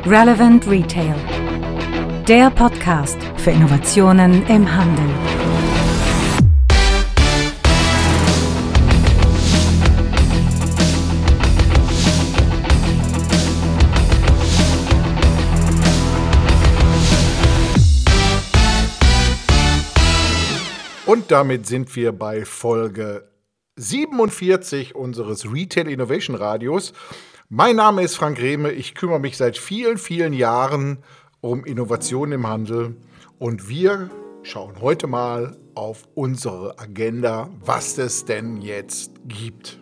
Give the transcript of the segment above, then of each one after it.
Relevant Retail, der Podcast für Innovationen im Handel. Und damit sind wir bei Folge 47 unseres Retail Innovation Radios. Mein Name ist Frank Rehme. Ich kümmere mich seit vielen, vielen Jahren um Innovationen im Handel. Und wir schauen heute mal auf unsere Agenda, was es denn jetzt gibt.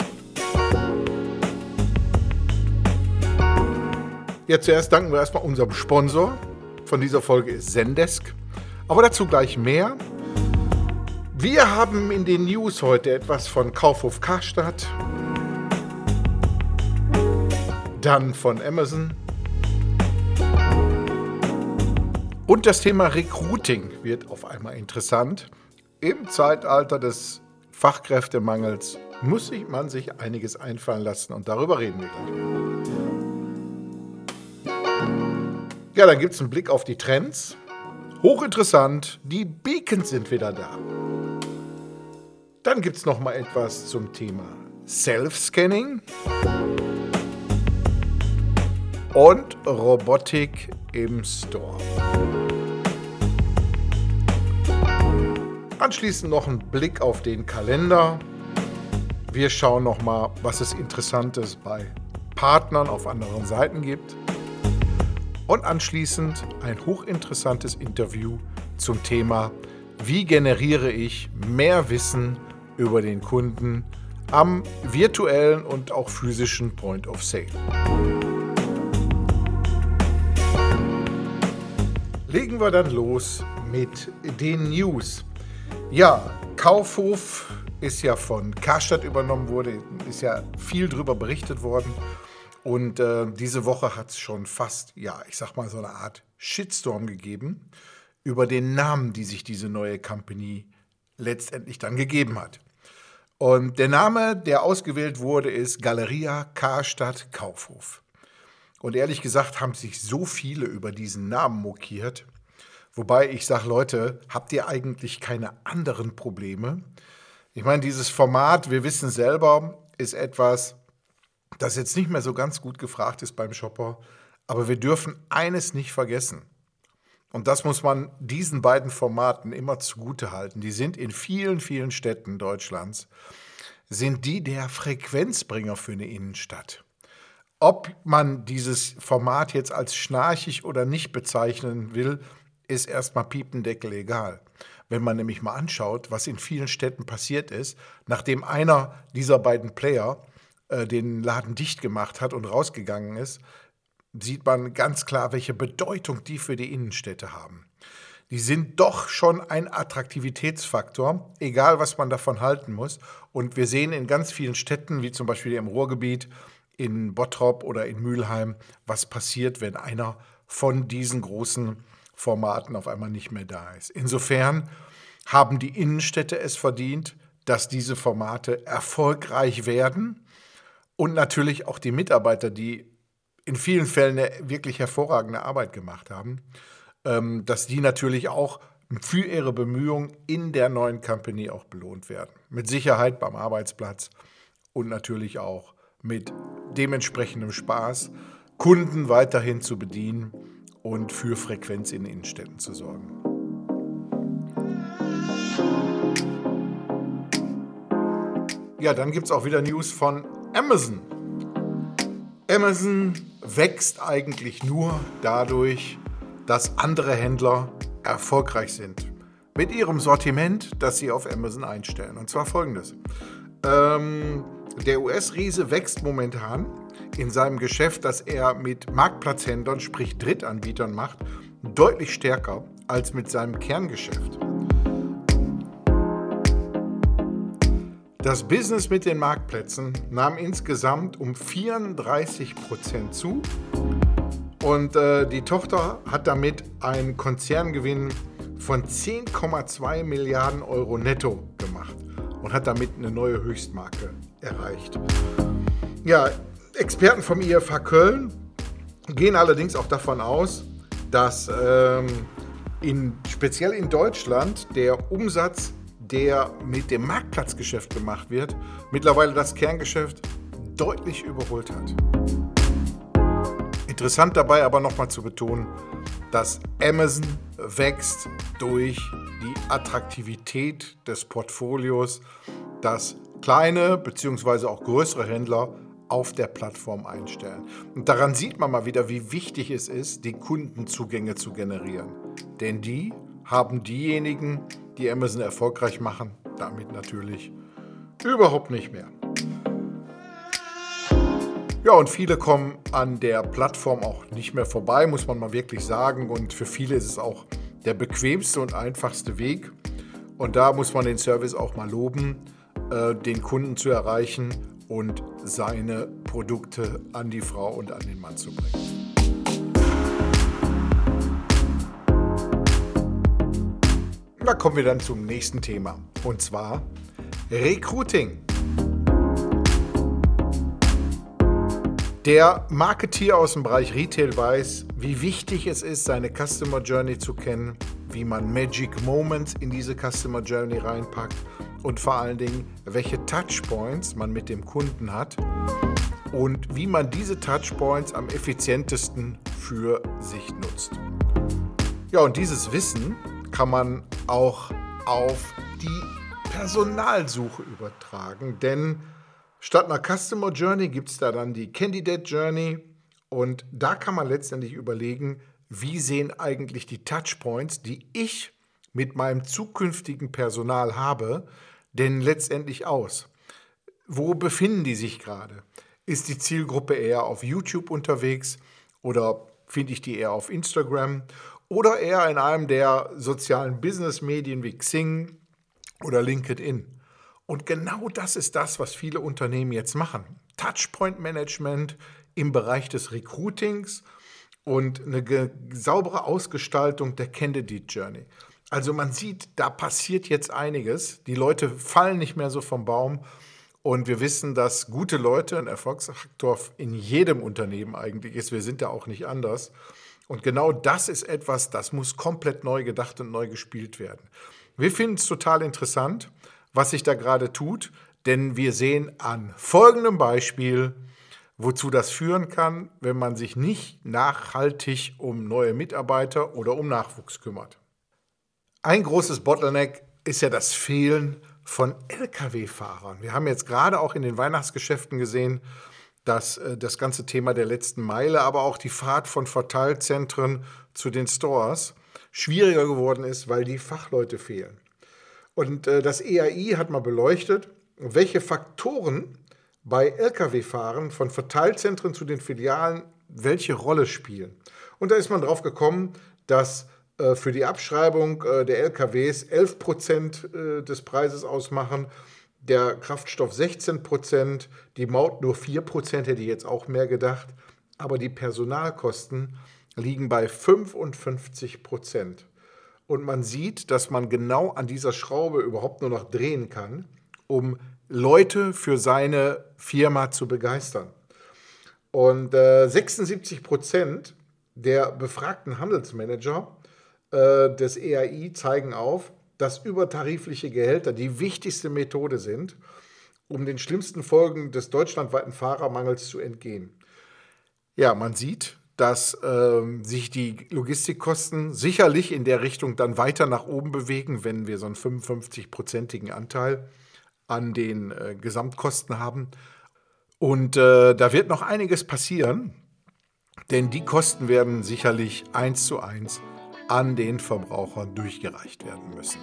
Ja, zuerst danken wir erstmal unserem Sponsor. Von dieser Folge ist Zendesk. Aber dazu gleich mehr. Wir haben in den News heute etwas von Kaufhof Karstadt, dann von Amazon und das Thema Recruiting wird auf einmal interessant. Im Zeitalter des Fachkräftemangels muss man sich einiges einfallen lassen und darüber reden wir gleich. Ja, dann gibt es einen Blick auf die Trends. Hochinteressant, die Beacons sind wieder da. Dann gibt es noch mal etwas zum Thema Self-Scanning und Robotik im Store. Anschließend noch ein Blick auf den Kalender. Wir schauen noch mal, was es Interessantes bei Partnern auf anderen Seiten gibt. Und anschließend ein hochinteressantes Interview zum Thema, wie generiere ich mehr Wissen über den Kunden am virtuellen und auch physischen Point of Sale. Legen wir dann los mit den News. Ja, Kaufhof ist ja von Karstadt übernommen worden, ist ja viel drüber berichtet worden. Und diese Woche hat es schon fast, ja, ich sag mal so eine Art Shitstorm gegeben über den Namen, die sich diese neue Company letztendlich dann gegeben hat. Und der Name, der ausgewählt wurde, ist Galeria Karstadt Kaufhof. Und ehrlich gesagt haben sich so viele über diesen Namen mokiert. Wobei ich sage, Leute, habt ihr eigentlich keine anderen Probleme? Ich meine, dieses Format, wir wissen selber, ist etwas, das jetzt nicht mehr so ganz gut gefragt ist beim Shopper. Aber wir dürfen eines nicht vergessen. Und das muss man diesen beiden Formaten immer zugute halten. Die sind in vielen, vielen Städten Deutschlands, sind die der Frequenzbringer für eine Innenstadt. Ob man dieses Format jetzt als schnarchig oder nicht bezeichnen will, ist erstmal piependeckel egal. Wenn man nämlich mal anschaut, was in vielen Städten passiert ist, nachdem einer dieser beiden Player den Laden dicht gemacht hat und rausgegangen ist, sieht man ganz klar, welche Bedeutung die für die Innenstädte haben. Die sind doch schon ein Attraktivitätsfaktor, egal was man davon halten muss. Und wir sehen in ganz vielen Städten, wie zum Beispiel im Ruhrgebiet, in Bottrop oder in Mülheim, was passiert, wenn einer von diesen großen Formaten auf einmal nicht mehr da ist. Insofern haben die Innenstädte es verdient, dass diese Formate erfolgreich werden und natürlich auch die Mitarbeiter, die in vielen Fällen eine wirklich hervorragende Arbeit gemacht haben, dass die natürlich auch für ihre Bemühungen in der neuen Company auch belohnt werden. Mit Sicherheit beim Arbeitsplatz und natürlich auch mit dementsprechendem Spaß, Kunden weiterhin zu bedienen und für Frequenz in Innenstädten zu sorgen. Ja, dann gibt es auch wieder News von Amazon. Amazon wächst eigentlich nur dadurch, dass andere Händler erfolgreich sind mit ihrem Sortiment, das sie auf Amazon einstellen. Und zwar folgendes. Der US-Riese wächst momentan in seinem Geschäft, das er mit Marktplatzhändlern, sprich Drittanbietern macht, deutlich stärker als mit seinem Kerngeschäft. Das Business mit den Marktplätzen nahm insgesamt um 34% zu und die Tochter hat damit einen Konzerngewinn von 10,2 Milliarden Euro netto gemacht und hat damit eine neue Höchstmarke erreicht. Ja, Experten vom IFH Köln gehen allerdings auch davon aus, dass speziell in Deutschland der Umsatz, der mit dem Marktplatzgeschäft gemacht wird, mittlerweile das Kerngeschäft deutlich überholt hat. Interessant dabei aber nochmal zu betonen, dass Amazon wächst durch die Attraktivität des Portfolios, das kleine bzw. auch größere Händler auf der Plattform einstellen. Und daran sieht man mal wieder, wie wichtig es ist, die Kundenzugänge zu generieren. Denn die haben diejenigen, die Amazon erfolgreich machen, damit natürlich überhaupt nicht mehr. Ja, und viele kommen an der Plattform auch nicht mehr vorbei, muss man mal wirklich sagen. Und für viele ist es auch der bequemste und einfachste Weg. Und da muss man den Service auch mal loben, den Kunden zu erreichen und seine Produkte an die Frau und an den Mann zu bringen. Da kommen wir dann zum nächsten Thema, und zwar Recruiting. Der Marketeer aus dem Bereich Retail weiß, wie wichtig es ist, seine Customer Journey zu kennen, wie man Magic Moments in diese Customer Journey reinpackt und vor allen Dingen, welche Touchpoints man mit dem Kunden hat und wie man diese Touchpoints am effizientesten für sich nutzt. Ja, und dieses Wissen kann man auch auf die Personalsuche übertragen, denn statt einer Customer Journey gibt es da dann die Candidate Journey und da kann man letztendlich überlegen, wie sehen eigentlich die Touchpoints, die ich mit meinem zukünftigen Personal habe, denn letztendlich aus. Wo befinden die sich gerade? Ist die Zielgruppe eher auf YouTube unterwegs oder finde ich die eher auf Instagram? Oder eher in einem der sozialen Business-Medien wie Xing oder LinkedIn. Und genau das ist das, was viele Unternehmen jetzt machen. Touchpoint-Management im Bereich des Recruitings und eine saubere Ausgestaltung der Candidate Journey. Also man sieht, da passiert jetzt einiges. Die Leute fallen nicht mehr so vom Baum. Und wir wissen, dass gute Leute ein Erfolgsfaktor in jedem Unternehmen eigentlich ist. Wir sind da auch nicht anders. Und genau das ist etwas, das muss komplett neu gedacht und neu gespielt werden. Wir finden es total interessant, was sich da gerade tut, denn wir sehen an folgendem Beispiel, wozu das führen kann, wenn man sich nicht nachhaltig um neue Mitarbeiter oder um Nachwuchs kümmert. Ein großes Bottleneck ist ja das Fehlen von Lkw-Fahrern. Wir haben jetzt gerade auch in den Weihnachtsgeschäften gesehen, dass das ganze Thema der letzten Meile, aber auch die Fahrt von Verteilzentren zu den Stores schwieriger geworden ist, weil die Fachleute fehlen. Und das EAI hat mal beleuchtet, welche Faktoren bei Lkw-Fahren von Verteilzentren zu den Filialen welche Rolle spielen. Und da ist man drauf gekommen, dass für die Abschreibung der LKWs 11% des Preises ausmachen, der Kraftstoff 16%, die Maut nur 4%, hätte ich jetzt auch mehr gedacht, aber die Personalkosten liegen bei 55%. Und man sieht, dass man genau an dieser Schraube überhaupt nur noch drehen kann, um Leute für seine Firma zu begeistern. Und 76% der befragten Handelsmanager des EAI zeigen auf, dass übertarifliche Gehälter die wichtigste Methode sind, um den schlimmsten Folgen des deutschlandweiten Fahrermangels zu entgehen. Ja, man sieht, dass sich die Logistikkosten sicherlich in der Richtung dann weiter nach oben bewegen, wenn wir so einen 55-prozentigen Anteil an den Gesamtkosten haben. Und da wird noch einiges passieren, denn die Kosten werden sicherlich 1:1 an den Verbraucher durchgereicht werden müssen.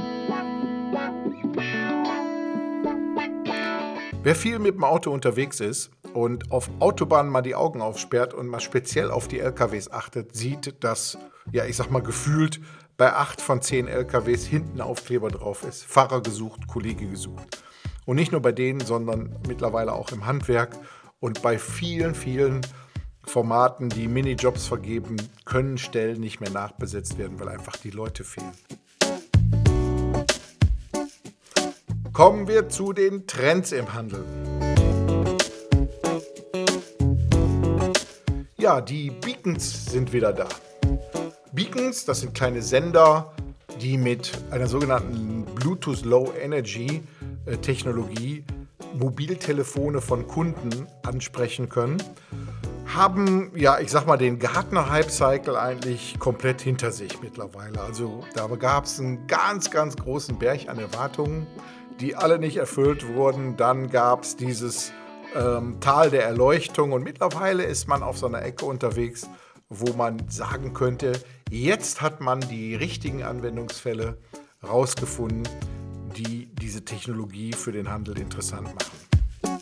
Wer viel mit dem Auto unterwegs ist und auf Autobahnen mal die Augen aufsperrt und mal speziell auf die LKWs achtet, sieht, dass, ja, ich sag mal gefühlt, bei 8 von 10 LKWs hinten Aufkleber drauf ist. Fahrer gesucht, Kollege gesucht. Und nicht nur bei denen, sondern mittlerweile auch im Handwerk und bei vielen, vielen Formaten, die Minijobs vergeben, können Stellen nicht mehr nachbesetzt werden, weil einfach die Leute fehlen. Kommen wir zu den Trends im Handel. Ja, die Beacons sind wieder da. Beacons, das sind kleine Sender, die mit einer sogenannten Bluetooth Low Energy Technologie Mobiltelefone von Kunden ansprechen können, haben, ja, ich sag mal, den Gartner-Hype-Cycle eigentlich komplett hinter sich mittlerweile. Also da gab es einen ganz, ganz großen Berg an Erwartungen, die alle nicht erfüllt wurden. Dann gab es dieses Tal der Erleuchtung und mittlerweile ist man auf so einer Ecke unterwegs, wo man sagen könnte, jetzt hat man die richtigen Anwendungsfälle rausgefunden, die diese Technologie für den Handel interessant machen.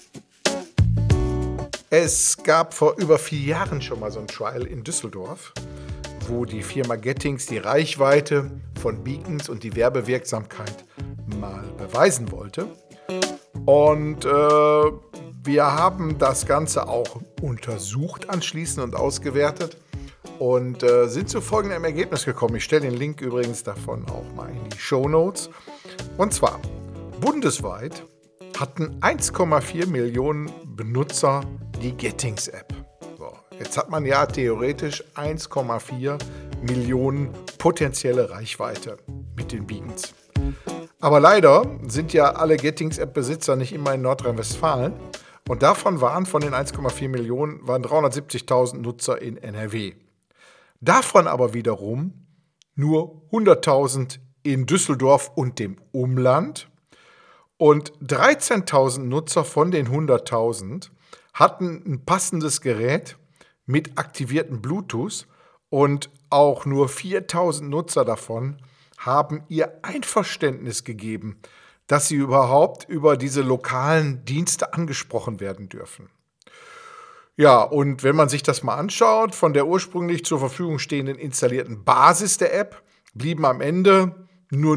Es gab vor über 4 Jahren schon mal so ein Trial in Düsseldorf, wo die Firma Gettings die Reichweite von Beacons und die Werbewirksamkeit mal beweisen wollte. Und wir haben das Ganze auch untersucht anschließend und ausgewertet und sind zu folgendem Ergebnis gekommen. Ich stelle den Link übrigens davon auch mal in die Shownotes. Und zwar, bundesweit hatten 1,4 Millionen Benutzer die Gettings-App. So, jetzt hat man ja theoretisch 1,4 Millionen potenzielle Reichweite mit den Beacons. Aber leider sind ja alle Gettings-App-Besitzer nicht immer in Nordrhein-Westfalen. Und davon waren von den 1,4 Millionen 370.000 Nutzer in NRW. Davon aber wiederum nur 100.000 in Düsseldorf und dem Umland. Und 13.000 Nutzer von den 100.000 hatten ein passendes Gerät mit aktiviertem Bluetooth. Und auch nur 4.000 Nutzer davon haben ihr Einverständnis gegeben, dass sie überhaupt über diese lokalen Dienste angesprochen werden dürfen. Ja, und wenn man sich das mal anschaut, von der ursprünglich zur Verfügung stehenden installierten Basis der App blieben am Ende nur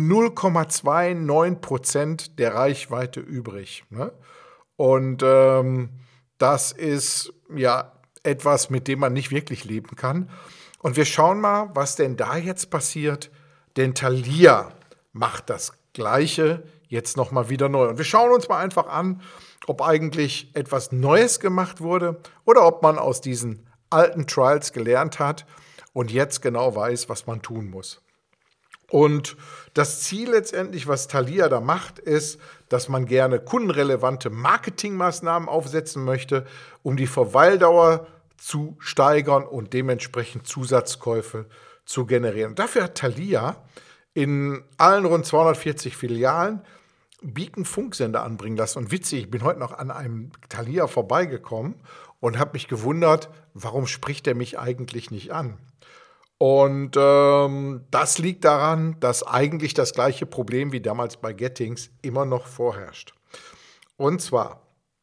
0,29% der Reichweite übrig. Ne? Und das ist ja etwas, mit dem man nicht wirklich leben kann. Und wir schauen mal, was denn da jetzt passiert. Denn Thalia macht das Gleiche jetzt nochmal wieder neu. Und wir schauen uns mal einfach an, ob eigentlich etwas Neues gemacht wurde oder ob man aus diesen alten Trials gelernt hat und jetzt genau weiß, was man tun muss. Und das Ziel letztendlich, was Thalia da macht, ist, dass man gerne kundenrelevante Marketingmaßnahmen aufsetzen möchte, um die Verweildauer zu steigern und dementsprechend Zusatzkäufe zu generieren. Und dafür hat Thalia in allen rund 240 Filialen Beacon-Funksender anbringen lassen. Und witzig, ich bin heute noch an einem Thalia vorbeigekommen und habe mich gewundert, warum spricht er mich eigentlich nicht an? Und das liegt daran, dass eigentlich das gleiche Problem wie damals bei Gettings immer noch vorherrscht. Und zwar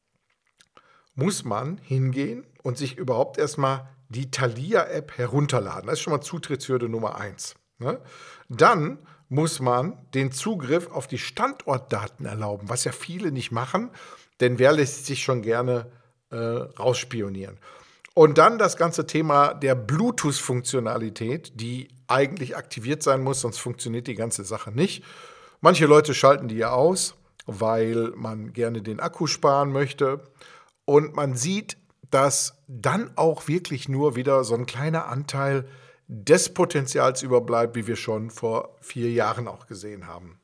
muss man hingehen und sich überhaupt erstmal die Thalia-App herunterladen. Das ist schon mal Zutrittshürde Nummer 1. Ne? Dann muss man den Zugriff auf die Standortdaten erlauben, was ja viele nicht machen, denn wer lässt sich schon gerne rausspionieren. Und dann das ganze Thema der Bluetooth-Funktionalität, die eigentlich aktiviert sein muss, sonst funktioniert die ganze Sache nicht. Manche Leute schalten die ja aus, weil man gerne den Akku sparen möchte. Und man sieht, dass dann auch wirklich nur wieder so ein kleiner Anteil des Potenzials überbleibt, wie wir schon vor 4 Jahren auch gesehen haben.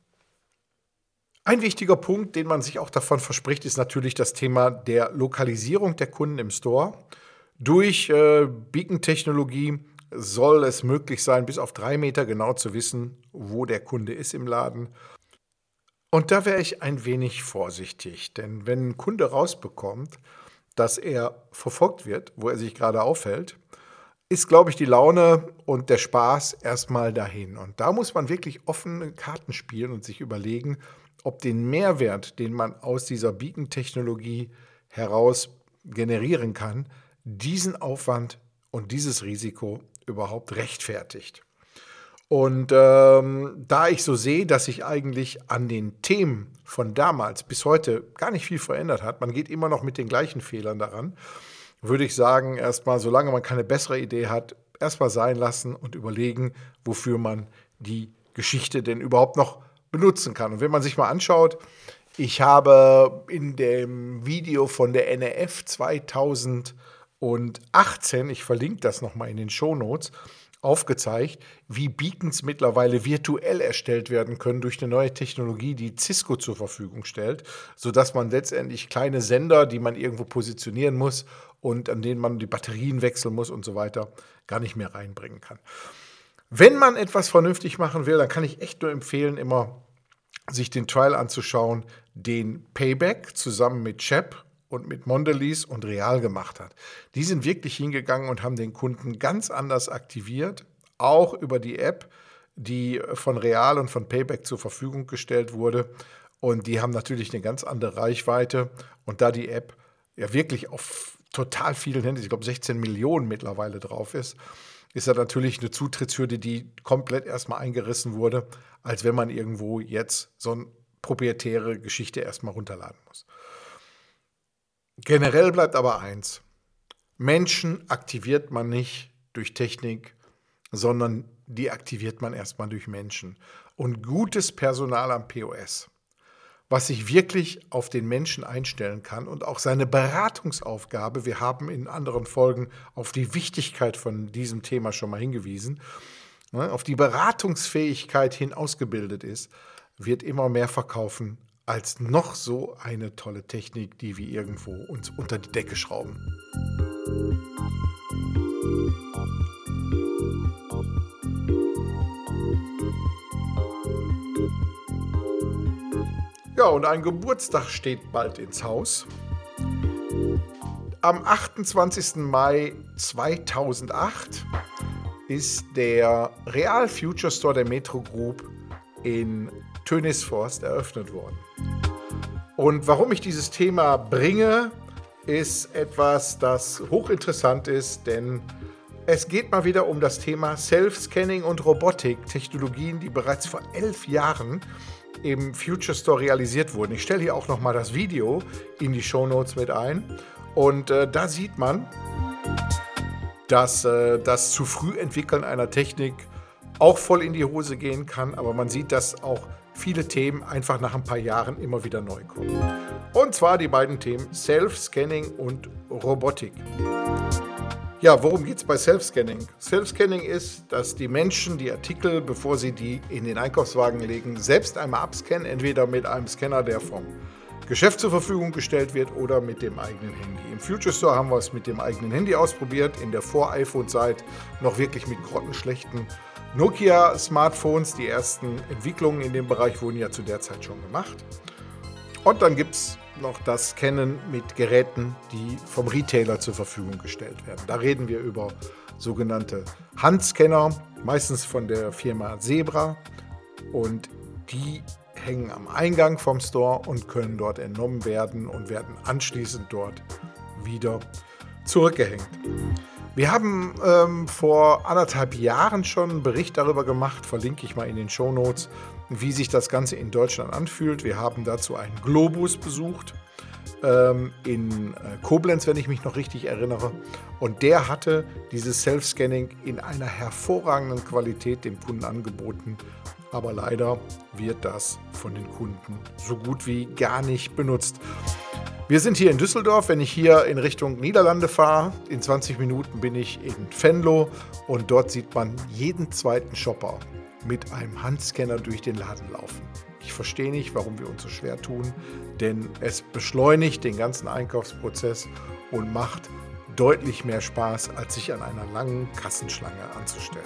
Ein wichtiger Punkt, den man sich auch davon verspricht, ist natürlich das Thema der Lokalisierung der Kunden im Store. Durch Beacon-Technologie soll es möglich sein, bis auf 3 Meter genau zu wissen, wo der Kunde ist im Laden. Und da wäre ich ein wenig vorsichtig, denn wenn ein Kunde rausbekommt, dass er verfolgt wird, wo er sich gerade aufhält, ist, glaube ich, die Laune und der Spaß erstmal dahin. Und da muss man wirklich offene Karten spielen und sich überlegen, ob den Mehrwert, den man aus dieser Beacon-Technologie heraus generieren kann, diesen Aufwand und dieses Risiko überhaupt rechtfertigt. Und da ich so sehe, dass sich eigentlich an den Themen von damals bis heute gar nicht viel verändert hat, man geht immer noch mit den gleichen Fehlern daran, würde ich sagen, erstmal, solange man keine bessere Idee hat, erstmal sein lassen und überlegen, wofür man die Geschichte denn überhaupt noch benutzen kann. Und wenn man sich mal anschaut, ich habe in dem Video von der NRF 2019 und 18, ich verlinke das nochmal in den Shownotes, aufgezeigt, wie Beacons mittlerweile virtuell erstellt werden können durch eine neue Technologie, die Cisco zur Verfügung stellt, sodass man letztendlich kleine Sender, die man irgendwo positionieren muss und an denen man die Batterien wechseln muss und so weiter, gar nicht mehr reinbringen kann. Wenn man etwas vernünftig machen will, dann kann ich echt nur empfehlen, immer sich den Trial anzuschauen, den Payback zusammen mit Chep und mit Mondelez und Real gemacht hat. Die sind wirklich hingegangen und haben den Kunden ganz anders aktiviert, auch über die App, die von Real und von Payback zur Verfügung gestellt wurde. Und die haben natürlich eine ganz andere Reichweite. Und da die App ja wirklich auf total vielen Handys, ich glaube 16 Millionen mittlerweile drauf ist das natürlich eine Zutrittshürde, die komplett erstmal eingerissen wurde, als wenn man irgendwo jetzt so eine proprietäre Geschichte erstmal runterladen muss. Generell bleibt aber eins: Menschen aktiviert man nicht durch Technik, sondern die aktiviert man erstmal durch Menschen. Und gutes Personal am POS, was sich wirklich auf den Menschen einstellen kann und auch seine Beratungsaufgabe, wir haben in anderen Folgen auf die Wichtigkeit von diesem Thema schon mal hingewiesen, auf die Beratungsfähigkeit hin ausgebildet ist, wird immer mehr verkaufen als noch so eine tolle Technik, die wir irgendwo uns unter die Decke schrauben. Ja, und ein Geburtstag steht bald ins Haus. Am 28. Mai 2008 ist der Real Future Store der Metro Group in Tönisvorst eröffnet worden. Und warum ich dieses Thema bringe, ist etwas, das hochinteressant ist, denn es geht mal wieder um das Thema Self-Scanning und Robotik, Technologien, die bereits vor 11 Jahren im Future Store realisiert wurden. Ich stelle hier auch nochmal das Video in die Shownotes mit ein. Und da sieht man, dass das zu früh entwickeln einer Technik auch voll in die Hose gehen kann, aber man sieht, dass auch viele Themen einfach nach ein paar Jahren immer wieder neu kommen. Und zwar die beiden Themen Self-Scanning und Robotik. Ja, worum geht es bei Self-Scanning? Self-Scanning ist, dass die Menschen die Artikel, bevor sie die in den Einkaufswagen legen, selbst einmal abscannen, entweder mit einem Scanner, der vom Geschäft zur Verfügung gestellt wird, oder mit dem eigenen Handy. Im Future Store haben wir es mit dem eigenen Handy ausprobiert, in der Vor-iPhone-Zeit noch wirklich mit grottenschlechten Nokia-Smartphones. Die ersten Entwicklungen in dem Bereich wurden ja zu der Zeit schon gemacht. Und dann gibt es noch das Scannen mit Geräten, die vom Retailer zur Verfügung gestellt werden. Da reden wir über sogenannte Handscanner, meistens von der Firma Zebra. Und die hängen am Eingang vom Store und können dort entnommen werden und werden anschließend dort wieder zurückgehängt. Wir haben vor 1,5 Jahren schon einen Bericht darüber gemacht, verlinke ich mal in den Shownotes, wie sich das Ganze in Deutschland anfühlt. Wir haben dazu einen Globus besucht in Koblenz, wenn ich mich noch richtig erinnere. Und der hatte dieses Self-Scanning in einer hervorragenden Qualität dem Kunden angeboten. Aber leider wird das von den Kunden so gut wie gar nicht benutzt. Wir sind hier in Düsseldorf. Wenn ich hier in Richtung Niederlande fahre, in 20 Minuten bin ich in Venlo und dort sieht man jeden zweiten Shopper mit einem Handscanner durch den Laden laufen. Ich verstehe nicht, warum wir uns so schwer tun, denn es beschleunigt den ganzen Einkaufsprozess und macht deutlich mehr Spaß, als sich an einer langen Kassenschlange anzustellen.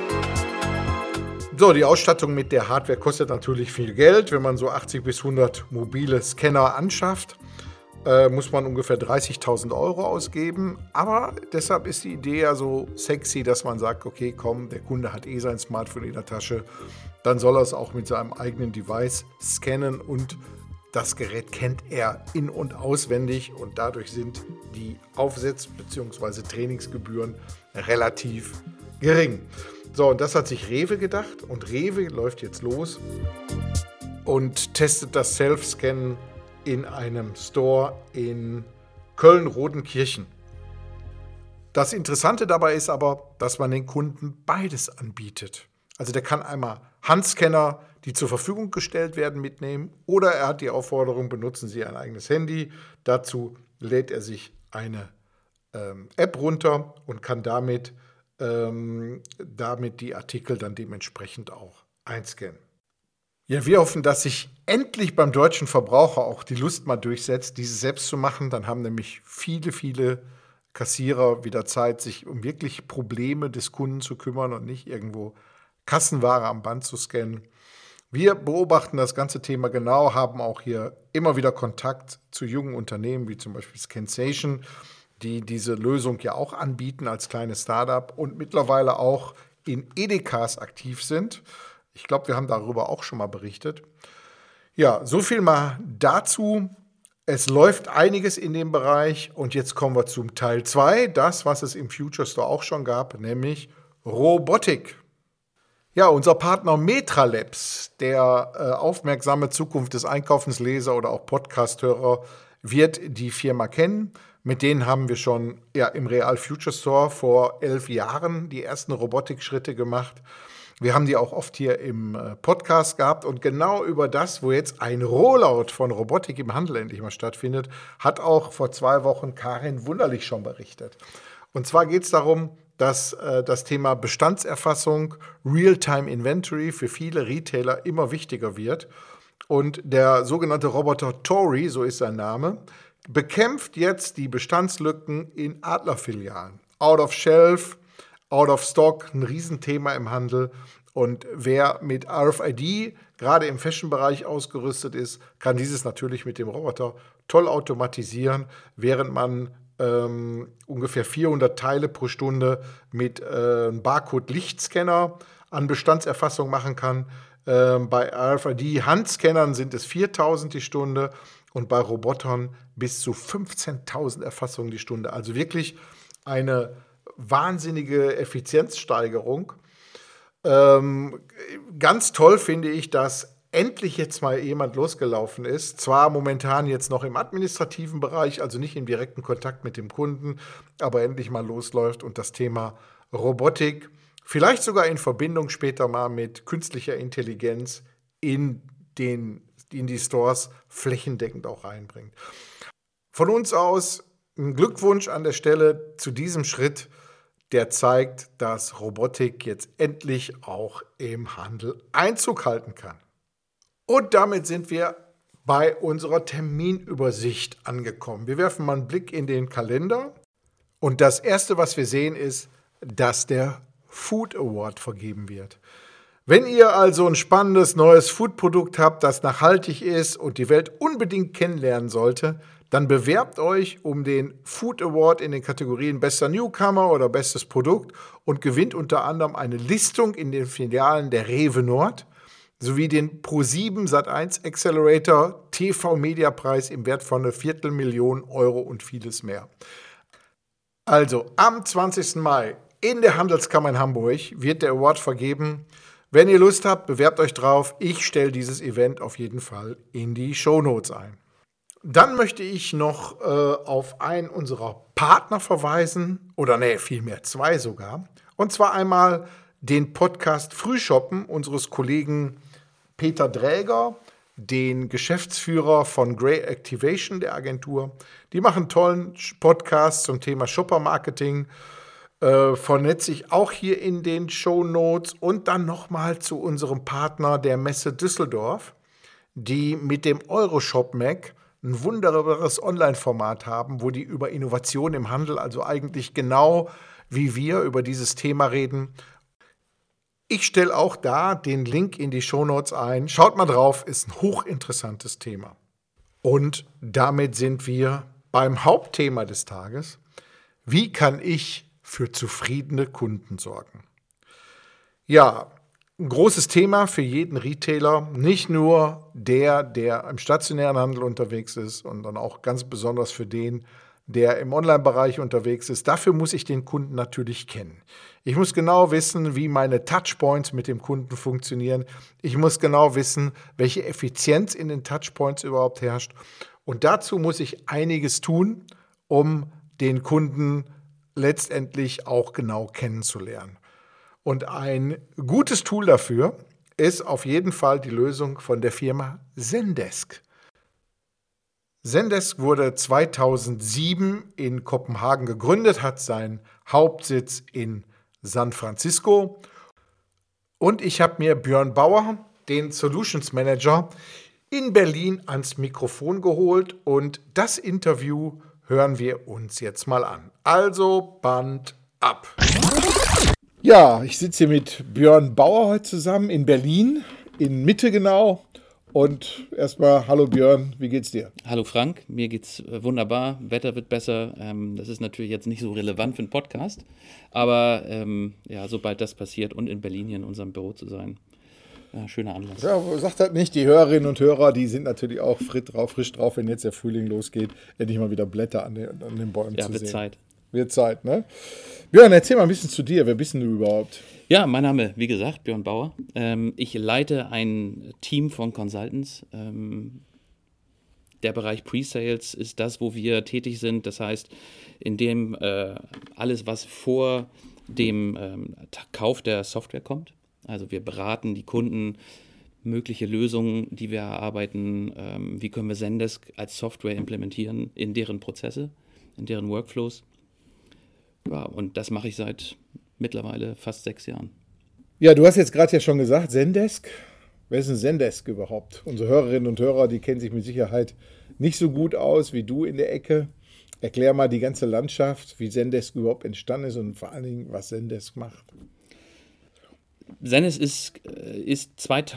So, die Ausstattung mit der Hardware kostet natürlich viel Geld. Wenn man so 80 bis 100 mobile Scanner anschafft, muss man ungefähr 30.000 € ausgeben. Aber deshalb ist die Idee ja so sexy, dass man sagt, okay, komm, der Kunde hat eh sein Smartphone in der Tasche, dann soll er es auch mit seinem eigenen Device scannen und das Gerät kennt er in- und auswendig und dadurch sind die Aufsatz- bzw. Trainingsgebühren relativ gering. So, und das hat sich Rewe gedacht und Rewe läuft jetzt los und testet das Self-Scannen in einem Store in Köln-Rodenkirchen. Das Interessante dabei ist aber, dass man den Kunden beides anbietet. Also der kann einmal Handscanner, die zur Verfügung gestellt werden, mitnehmen oder er hat die Aufforderung, benutzen Sie ein eigenes Handy. Dazu lädt er sich eine App runter und kann damit die Artikel dann dementsprechend auch einscannen. Ja, wir hoffen, dass sich endlich beim deutschen Verbraucher auch die Lust mal durchsetzt, dieses selbst zu machen. Dann haben nämlich viele Kassierer wieder Zeit, sich um wirklich Probleme des Kunden zu kümmern und nicht irgendwo Kassenware am Band zu scannen. Wir beobachten das ganze Thema genau, haben auch hier immer wieder Kontakt zu jungen Unternehmen, wie zum Beispiel Scansation, die diese Lösung ja auch anbieten als kleines Startup und mittlerweile auch in Edekas aktiv sind. Ich glaube, wir haben darüber auch schon mal berichtet. Ja, so viel mal dazu. Es läuft einiges in dem Bereich und jetzt kommen wir zum Teil 2, das, was es im Future Store auch schon gab, nämlich Robotik. Ja, unser Partner Metralabs, der aufmerksame Zukunft des Einkaufsleser oder auch Podcast-Hörer, wird die Firma kennen. Mit denen haben wir schon im Real Future Store vor 11 Jahren die ersten Robotikschritte gemacht. Wir haben die auch oft hier im Podcast gehabt und genau über das, wo jetzt ein Rollout von Robotik im Handel endlich mal stattfindet, hat auch vor 2 Wochen Karin Wunderlich schon berichtet. Und zwar geht es darum, dass das Thema Bestandserfassung, Real-Time Inventory für viele Retailer immer wichtiger wird. Und der sogenannte Roboter Tori, so ist sein Name, bekämpft jetzt die Bestandslücken in Adler-Filialen. Out of Shelf, Out of Stock, ein Riesenthema im Handel. Und wer mit RFID gerade im Fashion-Bereich ausgerüstet ist, kann dieses natürlich mit dem Roboter toll automatisieren, während man ungefähr 400 Teile pro Stunde mit Barcode-Lichtscanner an Bestandserfassung machen kann. Bei RFID-Handscannern sind es 4.000 die Stunde und bei Robotern bis zu 15.000 Erfassungen die Stunde. Also wirklich eine wahnsinnige Effizienzsteigerung. Ganz toll finde ich, dass endlich jetzt mal jemand losgelaufen ist. Zwar momentan jetzt noch im administrativen Bereich, also nicht im direkten Kontakt mit dem Kunden, aber endlich mal losläuft und das Thema Robotik, vielleicht sogar in Verbindung später mal mit künstlicher Intelligenz in die Stores flächendeckend auch reinbringt. Von uns aus ein Glückwunsch an der Stelle zu diesem Schritt, der zeigt, dass Robotik jetzt endlich auch im Handel Einzug halten kann. Und damit sind wir bei unserer Terminübersicht angekommen. Wir werfen mal einen Blick in den Kalender und das Erste, was wir sehen, ist, dass der Food Award vergeben wird. Wenn ihr also ein spannendes neues Foodprodukt habt, das nachhaltig ist und die Welt unbedingt kennenlernen sollte, dann bewerbt euch um den Food Award in den Kategorien Bester Newcomer oder Bestes Produkt und gewinnt unter anderem eine Listung in den Filialen der Rewe Nord sowie den Pro7 Sat.1 Accelerator TV-Mediapreis im Wert von 250.000 Euro und vieles mehr. Also am 20. Mai in der Handelskammer in Hamburg wird der Award vergeben. Wenn ihr Lust habt, bewerbt euch drauf. Ich stelle dieses Event auf jeden Fall in die Shownotes ein. Dann möchte ich noch auf einen unserer Partner verweisen, vielmehr 2 sogar. Und zwar einmal den Podcast Frühshoppen unseres Kollegen Peter Dräger, den Geschäftsführer von Grey Activation, der Agentur. Die machen tollen Podcast zum Thema Shopper-Marketing. Vernetze ich auch hier in den Shownotes. Und dann nochmal zu unserem Partner der Messe Düsseldorf, die mit dem Euroshop Mac ein wunderbares Online-Format haben, wo die über Innovation im Handel, also eigentlich genau wie wir über dieses Thema reden. Ich stelle auch da den Link in die Shownotes ein. Schaut mal drauf, ist ein hochinteressantes Thema. Und damit sind wir beim Hauptthema des Tages. Wie kann ich für zufriedene Kunden sorgen? Ja, ein großes Thema für jeden Retailer, nicht nur der im stationären Handel unterwegs ist, und dann auch ganz besonders für den, der im Online-Bereich unterwegs ist. Dafür muss ich den Kunden natürlich kennen. Ich muss genau wissen, wie meine Touchpoints mit dem Kunden funktionieren. Ich muss genau wissen, welche Effizienz in den Touchpoints überhaupt herrscht. Und dazu muss ich einiges tun, um den Kunden letztendlich auch genau kennenzulernen. Und ein gutes Tool dafür ist auf jeden Fall die Lösung von der Firma Zendesk. Zendesk wurde 2007 in Kopenhagen gegründet, hat seinen Hauptsitz in San Francisco. Und ich habe mir Björn Bauer, den Solutions Manager, in Berlin ans Mikrofon geholt. Und das Interview hören wir uns jetzt mal an. Also Band ab. Ja, ich sitze hier mit Björn Bauer heute zusammen in Berlin, in Mitte genau. Und erstmal, hallo Björn, wie geht's dir? Hallo Frank, mir geht's wunderbar, Wetter wird besser. Das ist natürlich jetzt nicht so relevant für einen Podcast, aber ja, sobald das passiert und in Berlin hier in unserem Büro zu sein, schöner Anlass. Ja, sagt das nicht, die Hörerinnen und Hörer, die sind natürlich auch frisch drauf, wenn jetzt der Frühling losgeht, endlich mal wieder Blätter an den Bäumen zu sehen. Ja, wird Zeit. Wird Zeit, ne? Björn, erzähl mal ein bisschen zu dir, wer bist denn du überhaupt? Ja, mein Name, wie gesagt, Björn Bauer. Ich leite ein Team von Consultants. Der Bereich Pre-Sales ist das, wo wir tätig sind. Das heißt, in dem alles, was vor dem Kauf der Software kommt. Also wir beraten die Kunden, mögliche Lösungen, die wir erarbeiten. Wie können wir Zendesk als Software implementieren in deren Prozesse, in deren Workflows. Ja, und das mache ich seit mittlerweile fast 6 Jahren. Ja, du hast jetzt gerade ja schon gesagt, Zendesk. Wer ist denn Zendesk überhaupt? Unsere Hörerinnen und Hörer, die kennen sich mit Sicherheit nicht so gut aus wie du in der Ecke. Erklär mal die ganze Landschaft, wie Zendesk überhaupt entstanden ist und vor allen Dingen, was Zendesk macht. Zendesk ist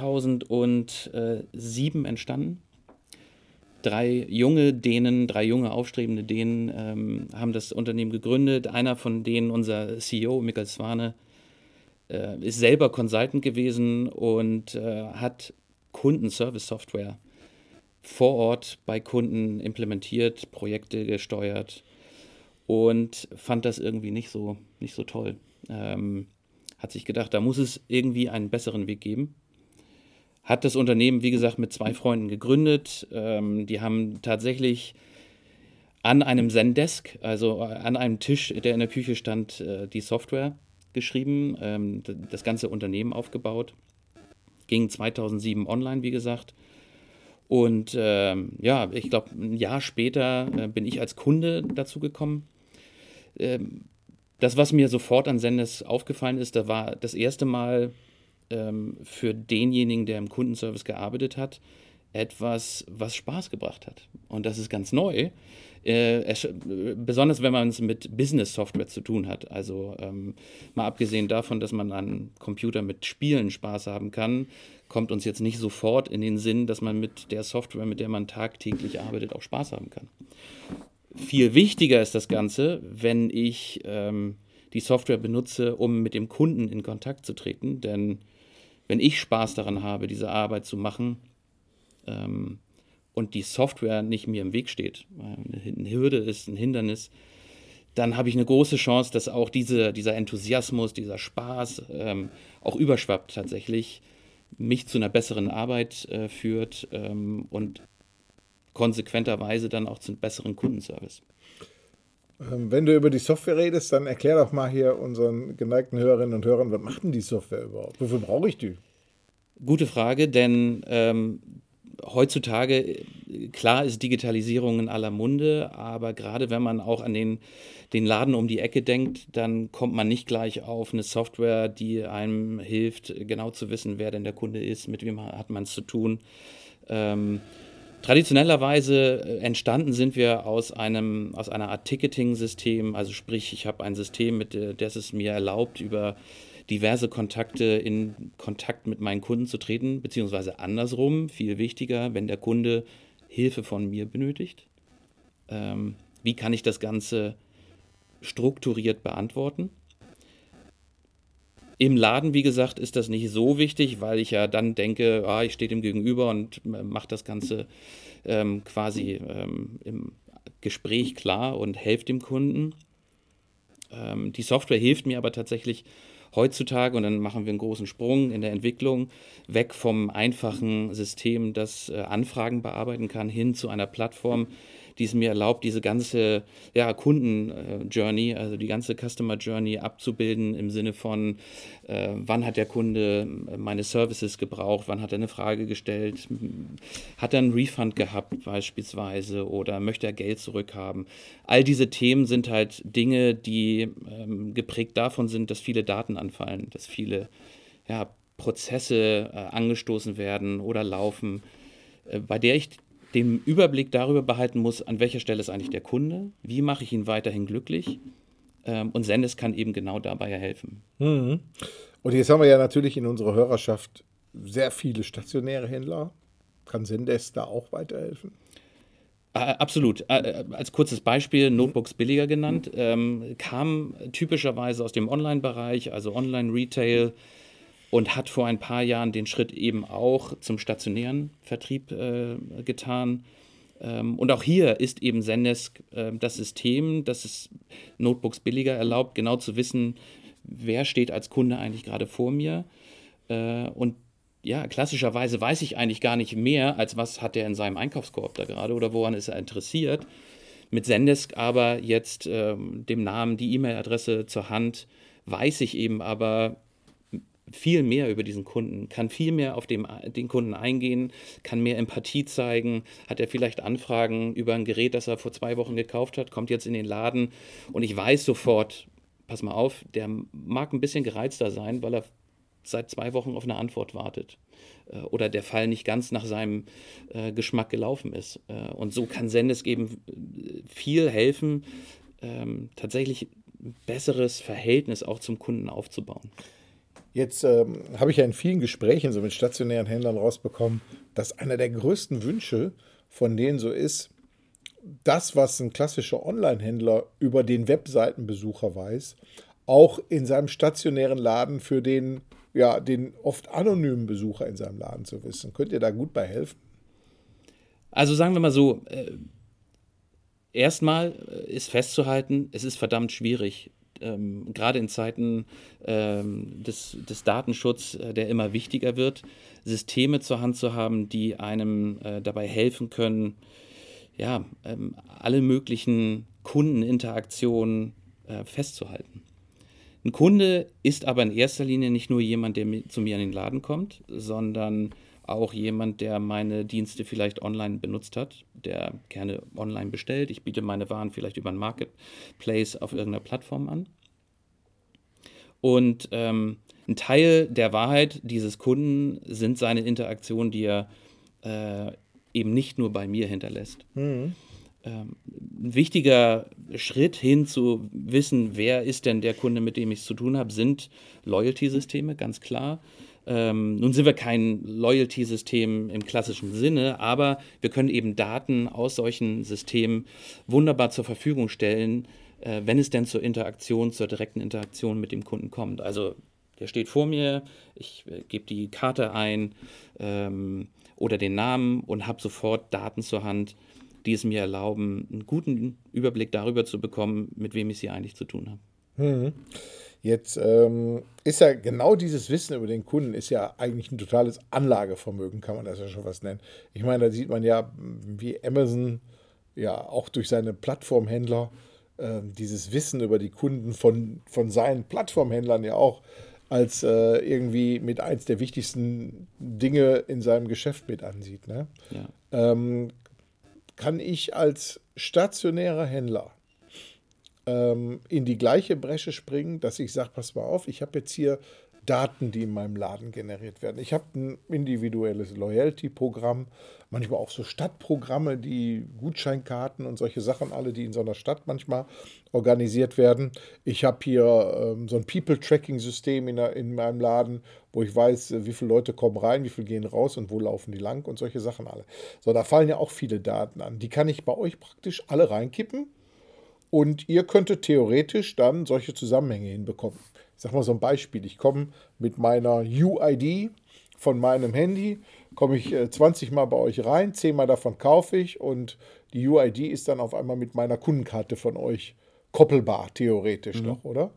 2007 entstanden. 3 junge aufstrebende Dänen haben das Unternehmen gegründet. Einer von denen, unser CEO, Mikkel Swane, ist selber Consultant gewesen und hat Kundenservice-Software vor Ort bei Kunden implementiert, Projekte gesteuert und fand das irgendwie nicht so toll. Hat sich gedacht, da muss es irgendwie einen besseren Weg geben. Hat das Unternehmen, wie gesagt, mit 2 Freunden gegründet. Die haben tatsächlich an einem Zendesk, also an einem Tisch, der in der Küche stand, die Software geschrieben, das ganze Unternehmen aufgebaut. Ging 2007 online, wie gesagt. Und ja, ich glaube, ein Jahr später bin ich als Kunde dazu gekommen. Das, was mir sofort an Zendesk aufgefallen ist, da war das erste Mal für denjenigen, der im Kundenservice gearbeitet hat, etwas, was Spaß gebracht hat. Und das ist ganz neu, besonders wenn man es mit Business-Software zu tun hat. Also mal abgesehen davon, dass man an Computer mit Spielen Spaß haben kann, kommt uns jetzt nicht sofort in den Sinn, dass man mit der Software, mit der man tagtäglich arbeitet, auch Spaß haben kann. Viel wichtiger ist das Ganze, wenn ich die Software benutze, um mit dem Kunden in Kontakt zu treten, denn wenn ich Spaß daran habe, diese Arbeit zu machen und die Software nicht mir im Weg steht, eine Hürde ist, ein Hindernis, dann habe ich eine große Chance, dass auch dieser Enthusiasmus, dieser Spaß auch überschwappt tatsächlich, mich zu einer besseren Arbeit führt und konsequenterweise dann auch zu einem besseren Kundenservice. Wenn du über die Software redest, dann erklär doch mal hier unseren geneigten Hörerinnen und Hörern, was macht denn die Software überhaupt? Wofür brauche ich die? Gute Frage, denn heutzutage, klar ist Digitalisierung in aller Munde, aber gerade wenn man auch an den Laden um die Ecke denkt, dann kommt man nicht gleich auf eine Software, die einem hilft, genau zu wissen, wer denn der Kunde ist, mit wem hat man es zu tun. Traditionellerweise entstanden sind wir aus einer Art Ticketing-System, also sprich, ich habe ein System, das es mir erlaubt, über diverse Kontakte in Kontakt mit meinen Kunden zu treten, beziehungsweise andersrum, viel wichtiger, wenn der Kunde Hilfe von mir benötigt. Wie kann ich das Ganze strukturiert beantworten? Im Laden, wie gesagt, ist das nicht so wichtig, weil ich ja dann denke, ich stehe dem gegenüber und mache das Ganze quasi im Gespräch klar und helfe dem Kunden. Die Software hilft mir aber tatsächlich heutzutage, und dann machen wir einen großen Sprung in der Entwicklung, weg vom einfachen System, das Anfragen bearbeiten kann, hin zu einer Plattform, die es mir erlaubt, diese ganze Kunden-Journey, also die ganze Customer-Journey abzubilden im Sinne von, wann hat der Kunde meine Services gebraucht, wann hat er eine Frage gestellt, hat er einen Refund gehabt beispielsweise oder möchte er Geld zurückhaben. All diese Themen sind halt Dinge, die geprägt davon sind, dass viele Daten anfallen, dass viele Prozesse angestoßen werden oder laufen, bei der ich den Überblick darüber behalten muss, an welcher Stelle ist eigentlich der Kunde, wie mache ich ihn weiterhin glücklich, und Zendesk kann eben genau dabei helfen. Mhm. Und jetzt haben wir ja natürlich in unserer Hörerschaft sehr viele stationäre Händler. Kann Zendesk da auch weiterhelfen? Absolut. Als kurzes Beispiel, Notebooks billiger genannt, kam typischerweise aus dem Online-Bereich, also Online-Retail, und hat vor ein paar Jahren den Schritt eben auch zum stationären Vertrieb getan. Und auch hier ist eben Zendesk das System, das es Notebooks billiger erlaubt, genau zu wissen, wer steht als Kunde eigentlich gerade vor mir. Und ja, klassischerweise weiß ich eigentlich gar nicht mehr, als was hat er in seinem Einkaufskorb da gerade oder woran ist er interessiert. Mit Zendesk aber jetzt dem Namen, die E-Mail-Adresse zur Hand, weiß ich eben aber viel mehr über diesen Kunden, kann viel mehr auf den Kunden eingehen, kann mehr Empathie zeigen, hat er vielleicht Anfragen über ein Gerät, das er vor 2 Wochen gekauft hat, kommt jetzt in den Laden und ich weiß sofort, pass mal auf, der mag ein bisschen gereizter sein, weil er seit 2 Wochen auf eine Antwort wartet oder der Fall nicht ganz nach seinem Geschmack gelaufen ist. Und so kann Zendesk eben viel helfen, tatsächlich ein besseres Verhältnis auch zum Kunden aufzubauen. Jetzt habe ich ja in vielen Gesprächen so mit stationären Händlern rausbekommen, dass einer der größten Wünsche von denen so ist, das, was ein klassischer Online-Händler über den Webseitenbesucher weiß, auch in seinem stationären Laden für den oft anonymen Besucher in seinem Laden zu wissen. Könnt ihr da gut bei helfen? Also sagen wir mal so, erstmal ist festzuhalten, es ist verdammt schwierig, gerade in Zeiten des Datenschutzes, der immer wichtiger wird, Systeme zur Hand zu haben, die einem dabei helfen können, alle möglichen Kundeninteraktionen festzuhalten. Ein Kunde ist aber in erster Linie nicht nur jemand, der zu mir in den Laden kommt, sondern auch jemand, der meine Dienste vielleicht online benutzt hat, der gerne online bestellt. Ich biete meine Waren vielleicht über einen Marketplace auf irgendeiner Plattform an. Und ein Teil der Wahrheit dieses Kunden sind seine Interaktionen, die er eben nicht nur bei mir hinterlässt. Mhm. Ein wichtiger Schritt hin zu wissen, wer ist denn der Kunde, mit dem ich es zu tun habe, sind Loyalty-Systeme, ganz klar. Nun sind wir kein Loyalty-System im klassischen Sinne, aber wir können eben Daten aus solchen Systemen wunderbar zur Verfügung stellen, wenn es denn zur direkten Interaktion mit dem Kunden kommt. Also der steht vor mir, ich gebe die Karte ein oder den Namen und habe sofort Daten zur Hand, die es mir erlauben, einen guten Überblick darüber zu bekommen, mit wem ich es hier eigentlich zu tun habe. Jetzt ist ja genau dieses Wissen über den Kunden ist ja eigentlich ein totales Anlagevermögen, kann man das ja schon was nennen. Ich meine, da sieht man ja, wie Amazon ja auch durch seine Plattformhändler dieses Wissen über die Kunden von seinen Plattformhändlern ja auch als irgendwie mit eins der wichtigsten Dinge in seinem Geschäft mit ansieht. Ne? Ja. Kann ich als stationärer Händler in die gleiche Bresche springen, dass ich sage, pass mal auf, ich habe jetzt hier Daten, die in meinem Laden generiert werden. Ich habe ein individuelles Loyalty-Programm, manchmal auch so Stadtprogramme, die Gutscheinkarten und solche Sachen, alle, die in so einer Stadt manchmal organisiert werden. Ich habe hier so ein People-Tracking-System in meinem Laden, wo ich weiß, wie viele Leute kommen rein, wie viele gehen raus und wo laufen die lang und solche Sachen alle. So, da fallen ja auch viele Daten an. Die kann ich bei euch praktisch alle reinkippen und ihr könntet theoretisch dann solche Zusammenhänge hinbekommen. Ich sage mal so ein Beispiel. Ich komme mit meiner UID von meinem Handy, komme ich 20 Mal bei euch rein, 10 Mal davon kaufe ich und die UID ist dann auf einmal mit meiner Kundenkarte von euch koppelbar, theoretisch doch, oder?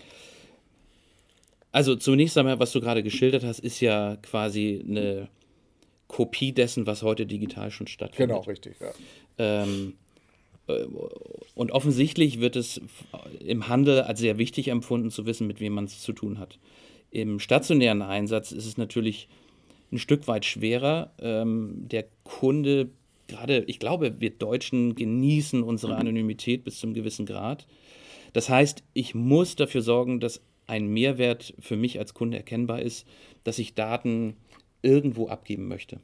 Also zunächst einmal, was du gerade geschildert hast, ist ja quasi eine Kopie dessen, was heute digital schon stattfindet. Genau, richtig, ja. Und offensichtlich wird es im Handel als sehr wichtig empfunden, zu wissen, mit wem man es zu tun hat. Im stationären Einsatz ist es natürlich ein Stück weit schwerer. Der Kunde, gerade, ich glaube, wir Deutschen genießen unsere Anonymität bis zum gewissen Grad. Das heißt, ich muss dafür sorgen, dass ein Mehrwert für mich als Kunde erkennbar ist, dass ich Daten irgendwo abgeben möchte.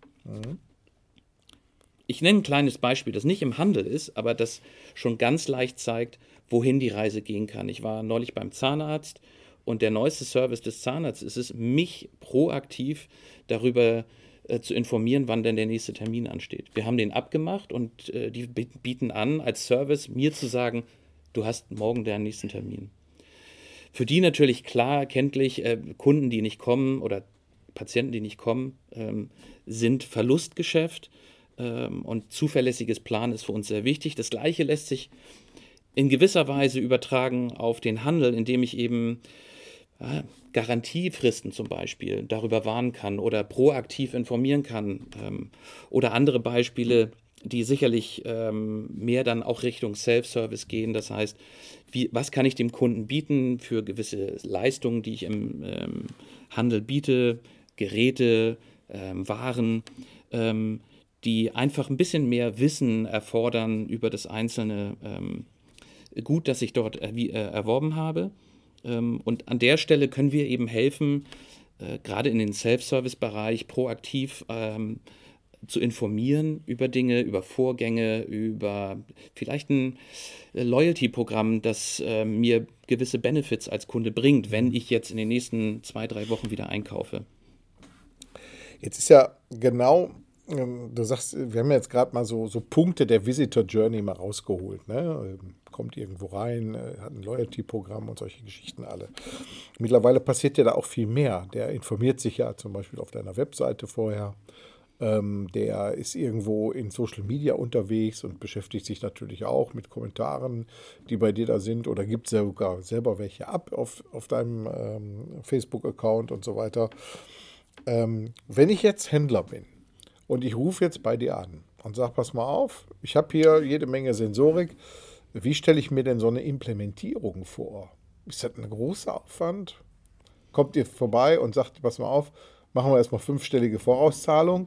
Ich nenne ein kleines Beispiel, das nicht im Handel ist, aber das schon ganz leicht zeigt, wohin die Reise gehen kann. Ich war neulich beim Zahnarzt und der neueste Service des Zahnarztes ist es, mich proaktiv darüber zu informieren, wann denn der nächste Termin ansteht. Wir haben den abgemacht und die bieten an, als Service mir zu sagen, du hast morgen deinen nächsten Termin. Für die natürlich klar erkenntlich, Kunden, die nicht kommen oder Patienten, die nicht kommen, sind Verlustgeschäft und zuverlässiges Planen ist für uns sehr wichtig. Das Gleiche lässt sich in gewisser Weise übertragen auf den Handel, indem ich eben Garantiefristen zum Beispiel darüber warnen kann oder proaktiv informieren kann oder andere Beispiele, die sicherlich mehr dann auch Richtung Self-Service gehen. Das heißt, was kann ich dem Kunden bieten für gewisse Leistungen, die ich im Handel biete, Geräte, Waren, die einfach ein bisschen mehr Wissen erfordern über das einzelne Gut, das ich dort erworben habe. Und an der Stelle können wir eben helfen, gerade in den Self-Service-Bereich proaktiv zu informieren über Dinge, über Vorgänge, über vielleicht ein Loyalty-Programm, das mir gewisse Benefits als Kunde bringt, wenn ich jetzt in den nächsten 2-3 Wochen wieder einkaufe. Jetzt ist ja genau, du sagst, wir haben ja jetzt gerade mal so Punkte der Visitor Journey mal rausgeholt, ne? Kommt irgendwo rein, hat ein Loyalty-Programm und solche Geschichten alle. Mittlerweile passiert ja da auch viel mehr. Der informiert sich ja zum Beispiel auf deiner Webseite vorher. Der ist irgendwo in Social Media unterwegs und beschäftigt sich natürlich auch mit Kommentaren, die bei dir da sind oder gibt sogar selber welche ab auf deinem Facebook-Account und so weiter. Wenn ich jetzt Händler bin und ich rufe jetzt bei dir an und sage, pass mal auf, ich habe hier jede Menge Sensorik, wie stelle ich mir denn so eine Implementierung vor? Ist das ein großer Aufwand? Kommt ihr vorbei und sagt, pass mal auf, machen wir erstmal 5-stellige Vorauszahlung,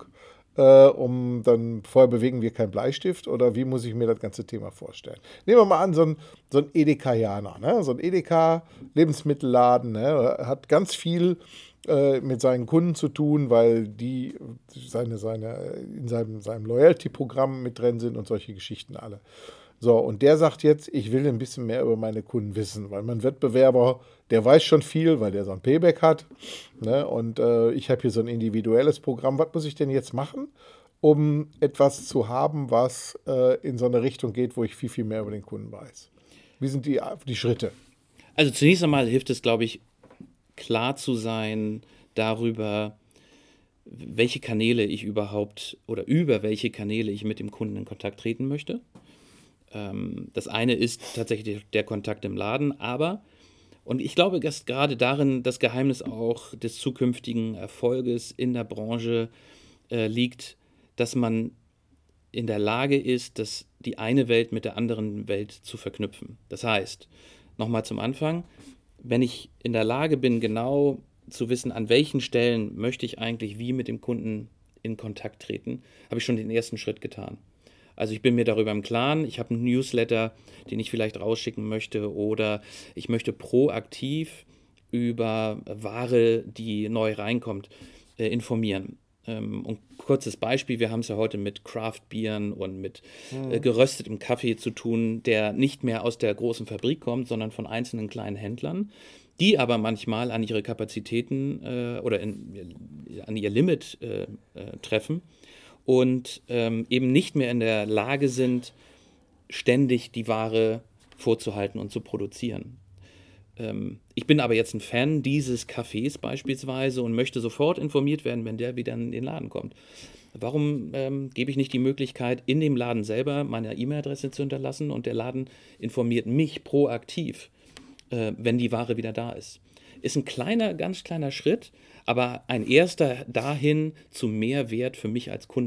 dann vorher bewegen wir keinen Bleistift oder wie muss ich mir das ganze Thema vorstellen? Nehmen wir mal an, so ein Edeka-Janer, ne? So ein Edeka-Lebensmittelladen, ne? Hat ganz viel mit seinen Kunden zu tun, weil die in seinem Loyalty-Programm mit drin sind und solche Geschichten alle. So, und der sagt jetzt, ich will ein bisschen mehr über meine Kunden wissen, weil mein Wettbewerber, der weiß schon viel, weil der so ein Payback hat, ne? Und ich habe hier so ein individuelles Programm. Was muss ich denn jetzt machen, um etwas zu haben, was in so eine Richtung geht, wo ich viel, viel mehr über den Kunden weiß? Wie sind die Schritte? Also zunächst einmal hilft es, glaube ich, klar zu sein darüber, welche Kanäle ich überhaupt oder über welche Kanäle ich mit dem Kunden in Kontakt treten möchte. Das eine ist tatsächlich der Kontakt im Laden, und ich glaube, dass gerade darin das Geheimnis auch des zukünftigen Erfolges in der Branche liegt, dass man in der Lage ist, die eine Welt mit der anderen Welt zu verknüpfen. Das heißt, nochmal zum Anfang, wenn ich in der Lage bin, genau zu wissen, an welchen Stellen möchte ich eigentlich wie mit dem Kunden in Kontakt treten, habe ich schon den ersten Schritt getan. Also ich bin mir darüber im Klaren, ich habe einen Newsletter, den ich vielleicht rausschicken möchte oder ich möchte proaktiv über Ware, die neu reinkommt, informieren. Und kurzes Beispiel, wir haben es ja heute mit Craft-Bieren und mit geröstetem Kaffee zu tun, der nicht mehr aus der großen Fabrik kommt, sondern von einzelnen kleinen Händlern, die aber manchmal an ihre Kapazitäten oder an ihr Limit treffen und eben nicht mehr in der Lage sind, ständig die Ware vorzuhalten und zu produzieren. Ich bin aber jetzt ein Fan dieses Cafés beispielsweise und möchte sofort informiert werden, wenn der wieder in den Laden kommt. Warum gebe ich nicht die Möglichkeit, in dem Laden selber meine E-Mail-Adresse zu hinterlassen und der Laden informiert mich proaktiv, wenn die Ware wieder da ist? Ist ein ganz kleiner Schritt, aber ein erster dahin zu mehr Wert für mich als Kunde.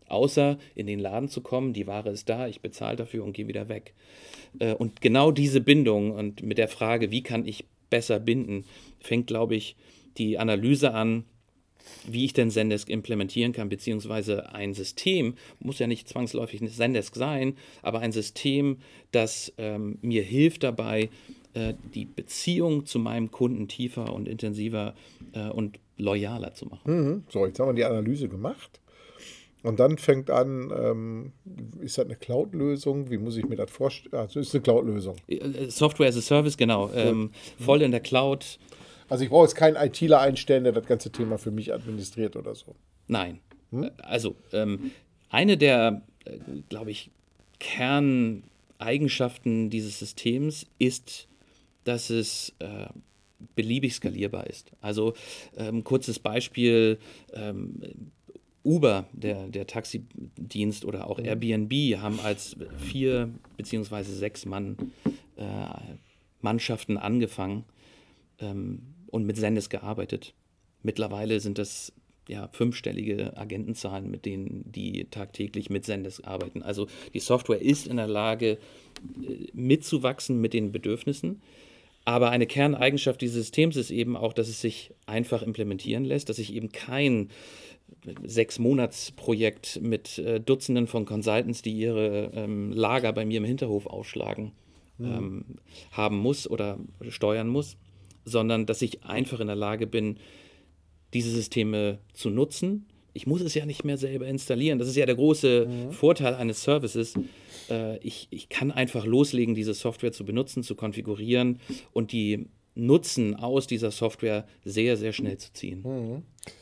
außer in den Laden zu kommen, die Ware ist da, ich bezahle dafür und gehe wieder weg. Und genau diese Bindung und mit der Frage, wie kann ich besser binden, fängt, glaube ich, die Analyse an, wie ich denn Zendesk implementieren kann, beziehungsweise ein System, muss ja nicht zwangsläufig ein Zendesk sein, aber ein System, das mir hilft dabei, die Beziehung zu meinem Kunden tiefer und intensiver und loyaler zu machen. So, jetzt haben wir die Analyse gemacht. Und dann fängt an, ist das eine Cloud-Lösung? Wie muss ich mir das vorstellen? Also ist eine Cloud-Lösung. Software as a Service, genau. Voll in der Cloud. Also ich brauche jetzt keinen ITler einstellen, der das ganze Thema für mich administriert oder so. Nein. Also eine der, glaube ich, Kerneigenschaften dieses Systems ist, dass es beliebig skalierbar ist. Also kurzes Beispiel, Uber, der Taxidienst oder auch Airbnb haben als 4 bzw. 6 Mannschaften angefangen und mit Zendesk gearbeitet. Mittlerweile sind das 5-stellige Agentenzahlen, mit denen die tagtäglich mit Zendesk arbeiten. Also die Software ist in der Lage, mitzuwachsen mit den Bedürfnissen. Aber eine Kerneigenschaft dieses Systems ist eben auch, dass es sich einfach implementieren lässt, dass ich eben kein 6-Monats-Projekt mit Dutzenden von Consultants, die ihre Lager bei mir im Hinterhof aufschlagen, haben muss oder steuern muss, sondern dass ich einfach in der Lage bin, diese Systeme zu nutzen. Ich muss es ja nicht mehr selber installieren. Das ist ja der große Vorteil eines Services. Ich kann einfach loslegen, diese Software zu benutzen, zu konfigurieren und die Nutzen aus dieser Software sehr, sehr schnell zu ziehen.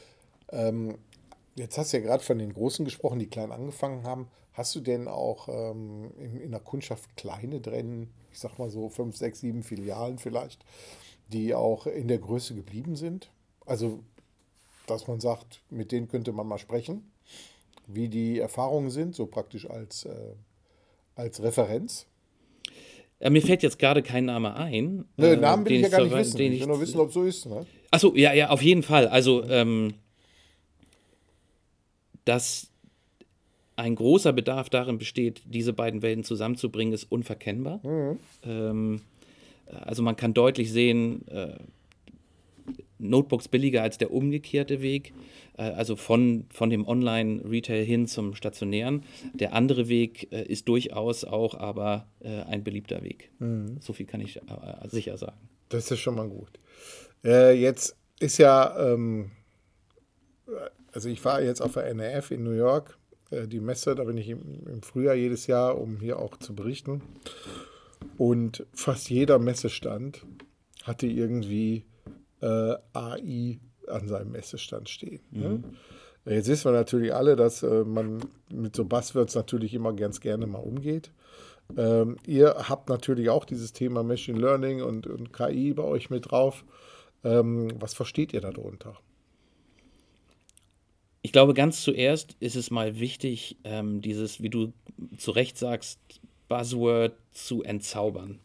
Jetzt hast du ja gerade von den Großen gesprochen, die klein angefangen haben. Hast du denn auch in der Kundschaft kleine drin, ich sag mal so 5, 6, 7 Filialen vielleicht, die auch in der Größe geblieben sind? Also, dass man sagt, mit denen könnte man mal sprechen, wie die Erfahrungen sind, so praktisch als Referenz. Mir fällt jetzt gerade kein Name ein. Ne, Namen will ich ja gar nicht wissen. Ich will nur wissen, ob es so ist. Ne? Achso, ja, auf jeden Fall. Also, dass ein großer Bedarf darin besteht, diese beiden Welten zusammenzubringen, ist unverkennbar. Also man kann deutlich sehen, Notebooks billiger als der umgekehrte Weg, also von dem Online-Retail hin zum Stationären. Der andere Weg ist durchaus auch aber ein beliebter Weg. So viel kann ich sicher sagen. Das ist schon mal gut. Jetzt ist ja, also ich war jetzt auf der NRF in New York, die Messe, da bin ich im Frühjahr jedes Jahr, um hier auch zu berichten. Und fast jeder Messestand hatte irgendwie AI an seinem Messestand stehen. Ne? Jetzt wissen wir natürlich alle, dass man mit so Buzzwords natürlich immer ganz gerne mal umgeht. Ihr habt natürlich auch dieses Thema Machine Learning und KI bei euch mit drauf. Was versteht ihr darunter? Ich glaube, ganz zuerst ist es mal wichtig, dieses, wie du zu Recht sagst, Buzzword zu entzaubern.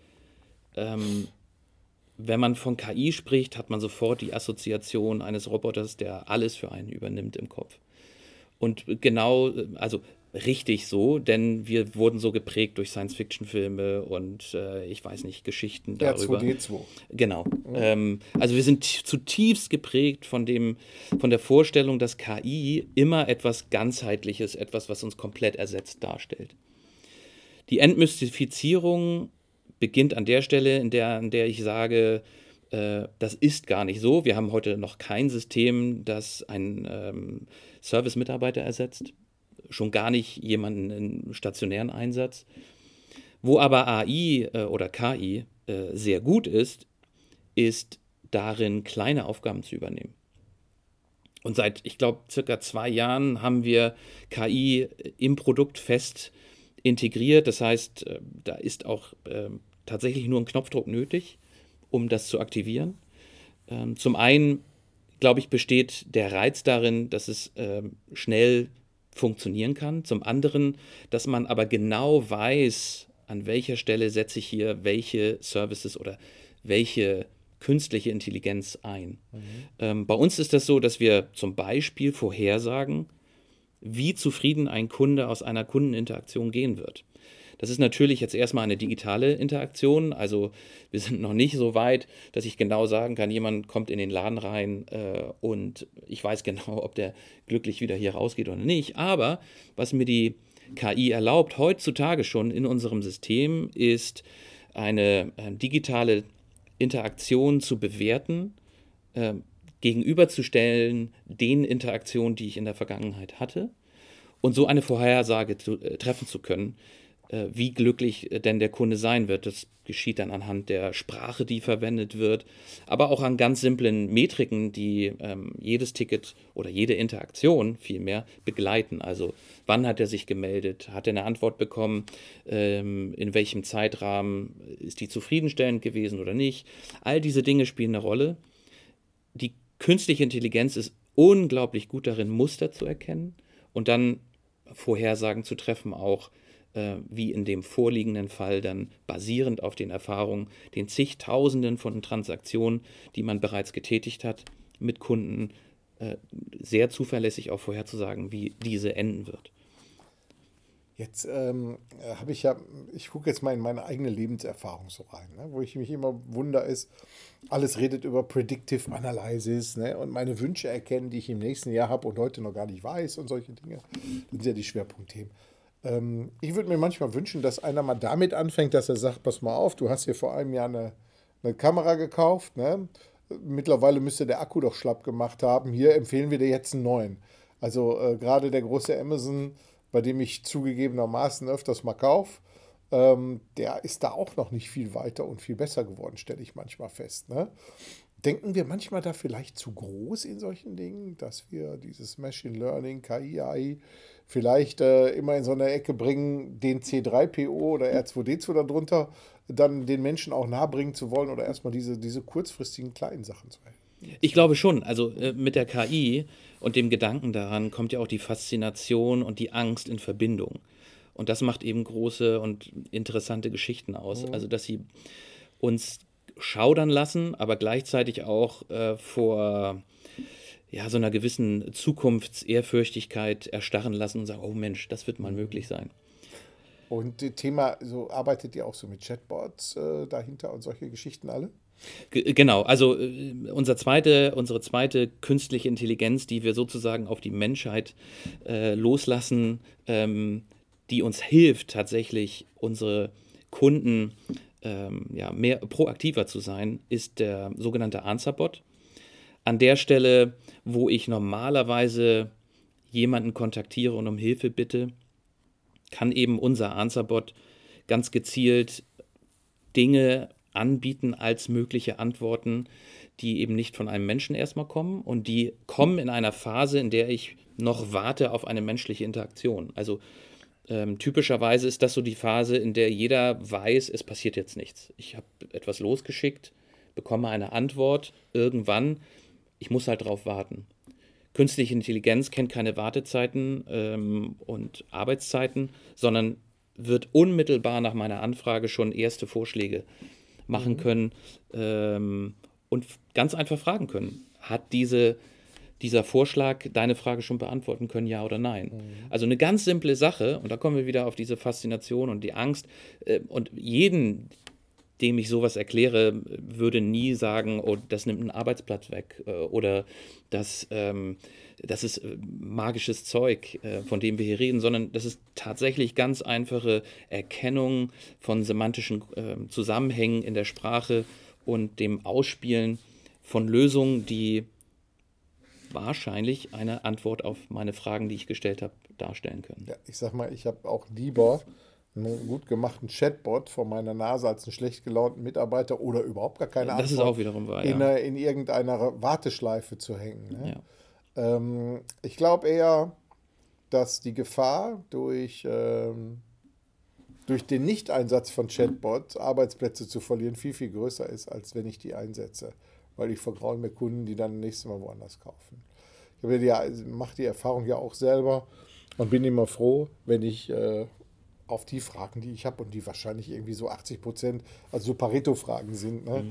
Wenn man von KI spricht, hat man sofort die Assoziation eines Roboters, der alles für einen übernimmt im Kopf. Und genau, also richtig so, denn wir wurden so geprägt durch Science-Fiction-Filme und ich weiß nicht, Geschichten darüber. R2D2. Genau. Also wir sind zutiefst geprägt von der Vorstellung, dass KI immer etwas Ganzheitliches, etwas, was uns komplett ersetzt, darstellt. Die Entmystifizierung beginnt an der Stelle, an der ich sage, das ist gar nicht so. Wir haben heute noch kein System, das einen Service-Mitarbeiter ersetzt. Schon gar nicht jemanden im stationären Einsatz. Wo aber AI oder KI sehr gut ist darin, kleine Aufgaben zu übernehmen. Und seit, ich glaube, circa 2 Jahren haben wir KI im Produkt fest integriert. Das heißt, da ist auch tatsächlich nur ein Knopfdruck nötig, um das zu aktivieren. Zum einen, glaube ich, besteht der Reiz darin, dass es schnell funktionieren kann. Zum anderen, dass man aber genau weiß, an welcher Stelle setze ich hier welche Services oder welche künstliche Intelligenz ein. Bei uns ist das so, dass wir zum Beispiel vorhersagen, wie zufrieden ein Kunde aus einer Kundeninteraktion gehen wird. Das ist natürlich jetzt erstmal eine digitale Interaktion, also wir sind noch nicht so weit, dass ich genau sagen kann, jemand kommt in den Laden rein und ich weiß genau, ob der glücklich wieder hier rausgeht oder nicht. Aber was mir die KI erlaubt, heutzutage schon in unserem System, ist eine digitale Interaktion zu bewerten, gegenüberzustellen den Interaktionen, die ich in der Vergangenheit hatte und so eine Vorhersage treffen zu können, wie glücklich denn der Kunde sein wird. Das geschieht dann anhand der Sprache, die verwendet wird, aber auch an ganz simplen Metriken, die jedes Ticket oder jede Interaktion vielmehr begleiten. Also wann hat er sich gemeldet, hat er eine Antwort bekommen, in welchem Zeitrahmen ist die zufriedenstellend gewesen oder nicht. All diese Dinge spielen eine Rolle. Die künstliche Intelligenz ist unglaublich gut darin, Muster zu erkennen und dann Vorhersagen zu treffen, auch wie in dem vorliegenden Fall dann basierend auf den Erfahrungen, den zigtausenden von Transaktionen, die man bereits getätigt hat, mit Kunden sehr zuverlässig auch vorherzusagen, wie diese enden wird. Jetzt ich gucke jetzt mal in meine eigene Lebenserfahrung so rein, ne? Wo ich mich immer wundere ist, alles redet über Predictive Analysis, ne? Und meine Wünsche erkennen, die ich im nächsten Jahr habe und heute noch gar nicht weiß und solche Dinge. Das sind ja die Schwerpunktthemen. Ich würde mir manchmal wünschen, dass einer mal damit anfängt, dass er sagt, pass mal auf, du hast hier vor einem Jahr eine Kamera gekauft, ne? Mittlerweile müsste der Akku doch schlapp gemacht haben. Hier empfehlen wir dir jetzt einen neuen. Also gerade der große Amazon, bei dem ich zugegebenermaßen öfters mal kaufe, der ist da auch noch nicht viel weiter und viel besser geworden, stelle ich manchmal fest. Ne? Denken wir manchmal da vielleicht zu groß in solchen Dingen, dass wir dieses Machine Learning, KI, AI vielleicht immer in so eine Ecke bringen, den C3PO oder R2D2 darunter dann den Menschen auch nahebringen zu wollen oder erstmal diese kurzfristigen kleinen Sachen zu helfen? Ich glaube schon, also mit der KI und dem Gedanken daran kommt ja auch die Faszination und die Angst in Verbindung. Und das macht eben große und interessante Geschichten aus. Also, dass sie uns schaudern lassen, aber gleichzeitig auch vor so einer gewissen Zukunftsehrfürchtigkeit erstarren lassen und sagen, oh Mensch, das wird mal möglich sein. Und das Thema, so arbeitet ihr auch so mit Chatbots dahinter und solche Geschichten alle? Genau, also unsere zweite künstliche Intelligenz, die wir sozusagen auf die Menschheit loslassen, die uns hilft, tatsächlich unsere Kunden mehr proaktiver zu sein, ist der sogenannte Answerbot. An der Stelle, wo ich normalerweise jemanden kontaktiere und um Hilfe bitte, kann eben unser Answerbot ganz gezielt Dinge anbieten als mögliche Antworten, die eben nicht von einem Menschen erstmal kommen und die kommen in einer Phase, in der ich noch warte auf eine menschliche Interaktion. Also typischerweise ist das so die Phase, in der jeder weiß, es passiert jetzt nichts. Ich habe etwas losgeschickt, bekomme eine Antwort irgendwann, ich muss halt drauf warten. Künstliche Intelligenz kennt keine Wartezeiten und Arbeitszeiten, sondern wird unmittelbar nach meiner Anfrage schon erste Vorschläge machen können und ganz einfach fragen können. Hat dieser Vorschlag deine Frage schon beantworten können, ja oder nein? Also eine ganz simple Sache, und da kommen wir wieder auf diese Faszination und die Angst. Und jeden, dem ich sowas erkläre, würde nie sagen, oh, das nimmt einen Arbeitsplatz weg oder das ist magisches Zeug, von dem wir hier reden, sondern das ist tatsächlich ganz einfache Erkennung von semantischen Zusammenhängen in der Sprache und dem Ausspielen von Lösungen, die wahrscheinlich eine Antwort auf meine Fragen, die ich gestellt habe, darstellen können. Ja, ich sag mal, ich habe auch lieber einen gut gemachten Chatbot vor meiner Nase als einen schlecht gelaunten Mitarbeiter oder überhaupt gar keine Antwort. Das ist auch wiederum wahr, ja. In irgendeiner Warteschleife zu hängen. Ne? Ja. Ich glaube eher, dass die Gefahr durch den Nichteinsatz von Chatbots Arbeitsplätze zu verlieren viel, viel größer ist, als wenn ich die einsetze. Weil ich vergraule mir Kunden, die dann nächstes Mal woanders kaufen. Ich mache die Erfahrung ja auch selber und bin immer froh, wenn ich auf die Fragen, die ich habe und die wahrscheinlich irgendwie so 80%, also so Pareto-Fragen sind, ne?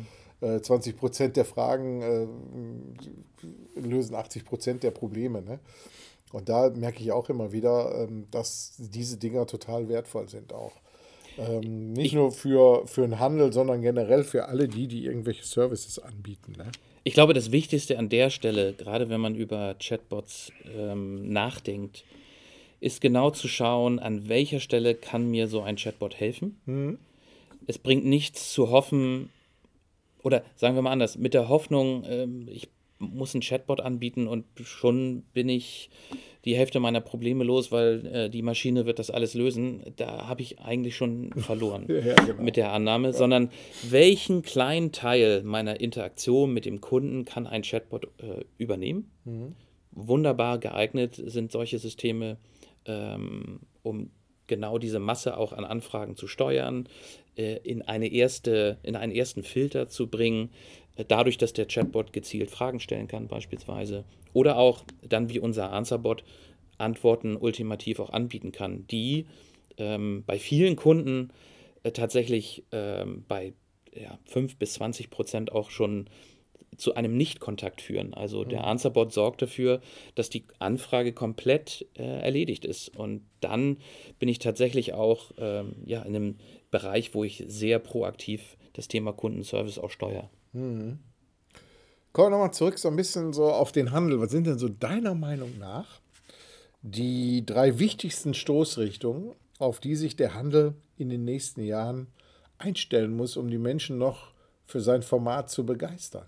20% der Fragen lösen 80% der Probleme. Ne? Und da merke ich auch immer wieder, dass diese Dinger total wertvoll sind auch. Nicht nur für den Handel, sondern generell für alle die irgendwelche Services anbieten. Ne? Ich glaube, das Wichtigste an der Stelle, gerade wenn man über Chatbots nachdenkt, ist genau zu schauen, an welcher Stelle kann mir so ein Chatbot helfen. Es bringt nichts zu hoffen, oder sagen wir mal anders, mit der Hoffnung, ich muss einen Chatbot anbieten und schon bin ich die Hälfte meiner Probleme los, weil die Maschine wird das alles lösen. Da habe ich eigentlich schon verloren genau. mit der Annahme, sondern welchen kleinen Teil meiner Interaktion mit dem Kunden kann ein Chatbot übernehmen? Wunderbar geeignet sind solche Systeme, um genau diese Masse auch an Anfragen zu steuern, in einen ersten Filter zu bringen, dadurch, dass der Chatbot gezielt Fragen stellen kann beispielsweise. Oder auch dann wie unser Answerbot Antworten ultimativ auch anbieten kann, die bei vielen Kunden tatsächlich bei 5-20% auch schon zu einem Nichtkontakt führen. Also der Answerbot sorgt dafür, dass die Anfrage komplett erledigt ist. Und dann bin ich tatsächlich auch in einem Bereich, wo ich sehr proaktiv das Thema Kundenservice auch steuere. Kommen wir nochmal zurück so ein bisschen so auf den Handel. Was sind denn so deiner Meinung nach die 3 wichtigsten Stoßrichtungen, auf die sich der Handel in den nächsten Jahren einstellen muss, um die Menschen noch für sein Format zu begeistern?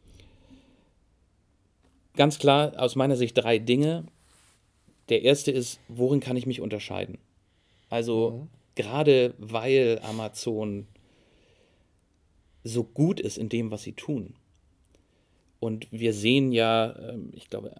Ganz klar, aus meiner Sicht 3 Dinge. Der erste ist, worin kann ich mich unterscheiden? Also gerade weil Amazon so gut ist in dem, was sie tun. Und wir sehen ja, ich glaube,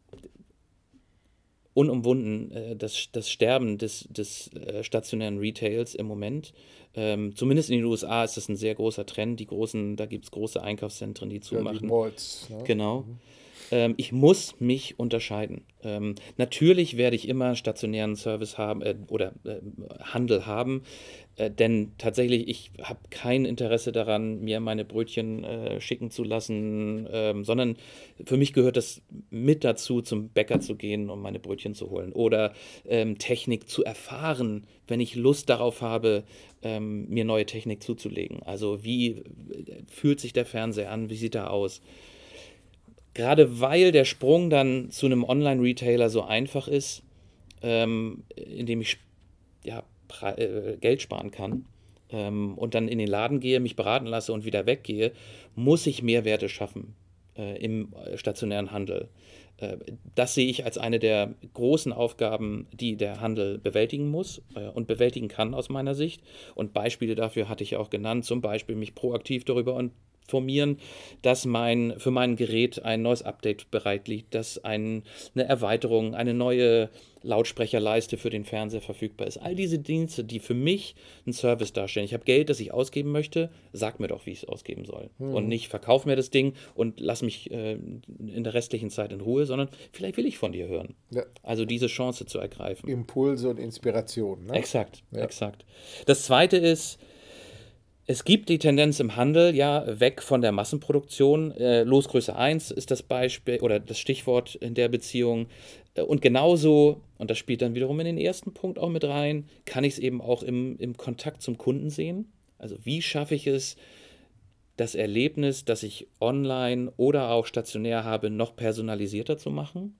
unumwunden das Sterben des stationären Retails im Moment. Zumindest in den USA ist das ein sehr großer Trend. Da gibt es große Einkaufszentren, die zumachen. Die Malls, ne? Genau. Ich muss mich unterscheiden. Natürlich werde ich immer stationären Service haben oder Handel haben, denn tatsächlich, ich habe kein Interesse daran, mir meine Brötchen schicken zu lassen, sondern für mich gehört das mit dazu, zum Bäcker zu gehen, um meine Brötchen zu holen oder Technik zu erfahren, wenn ich Lust darauf habe, mir neue Technik zuzulegen. Also wie fühlt sich der Fernseher an, wie sieht er aus? Gerade weil der Sprung dann zu einem Online-Retailer so einfach ist, indem ich Geld sparen kann und dann in den Laden gehe, mich beraten lasse und wieder weggehe, muss ich Mehrwerte schaffen im stationären Handel. Das sehe ich als eine der großen Aufgaben, die der Handel bewältigen muss und bewältigen kann aus meiner Sicht. Und Beispiele dafür hatte ich ja auch genannt, zum Beispiel mich proaktiv darüber informieren, dass für mein Gerät ein neues Update bereit liegt, dass eine Erweiterung, eine neue Lautsprecherleiste für den Fernseher verfügbar ist. All diese Dienste, die für mich einen Service darstellen. Ich habe Geld, das ich ausgeben möchte, sag mir doch, wie ich es ausgeben soll. Und nicht, verkauf mir das Ding und lass mich in der restlichen Zeit in Ruhe, sondern vielleicht will ich von dir hören. Ja. Also diese Chance zu ergreifen. Impulse und Inspiration. Ne? Exakt. Das Zweite ist, es gibt die Tendenz im Handel, weg von der Massenproduktion. Losgröße 1 ist das Beispiel oder das Stichwort in der Beziehung. Und genauso, und das spielt dann wiederum in den ersten Punkt auch mit rein, kann ich es eben auch im Kontakt zum Kunden sehen. Also wie schaffe ich es, das Erlebnis, das ich online oder auch stationär habe, noch personalisierter zu machen?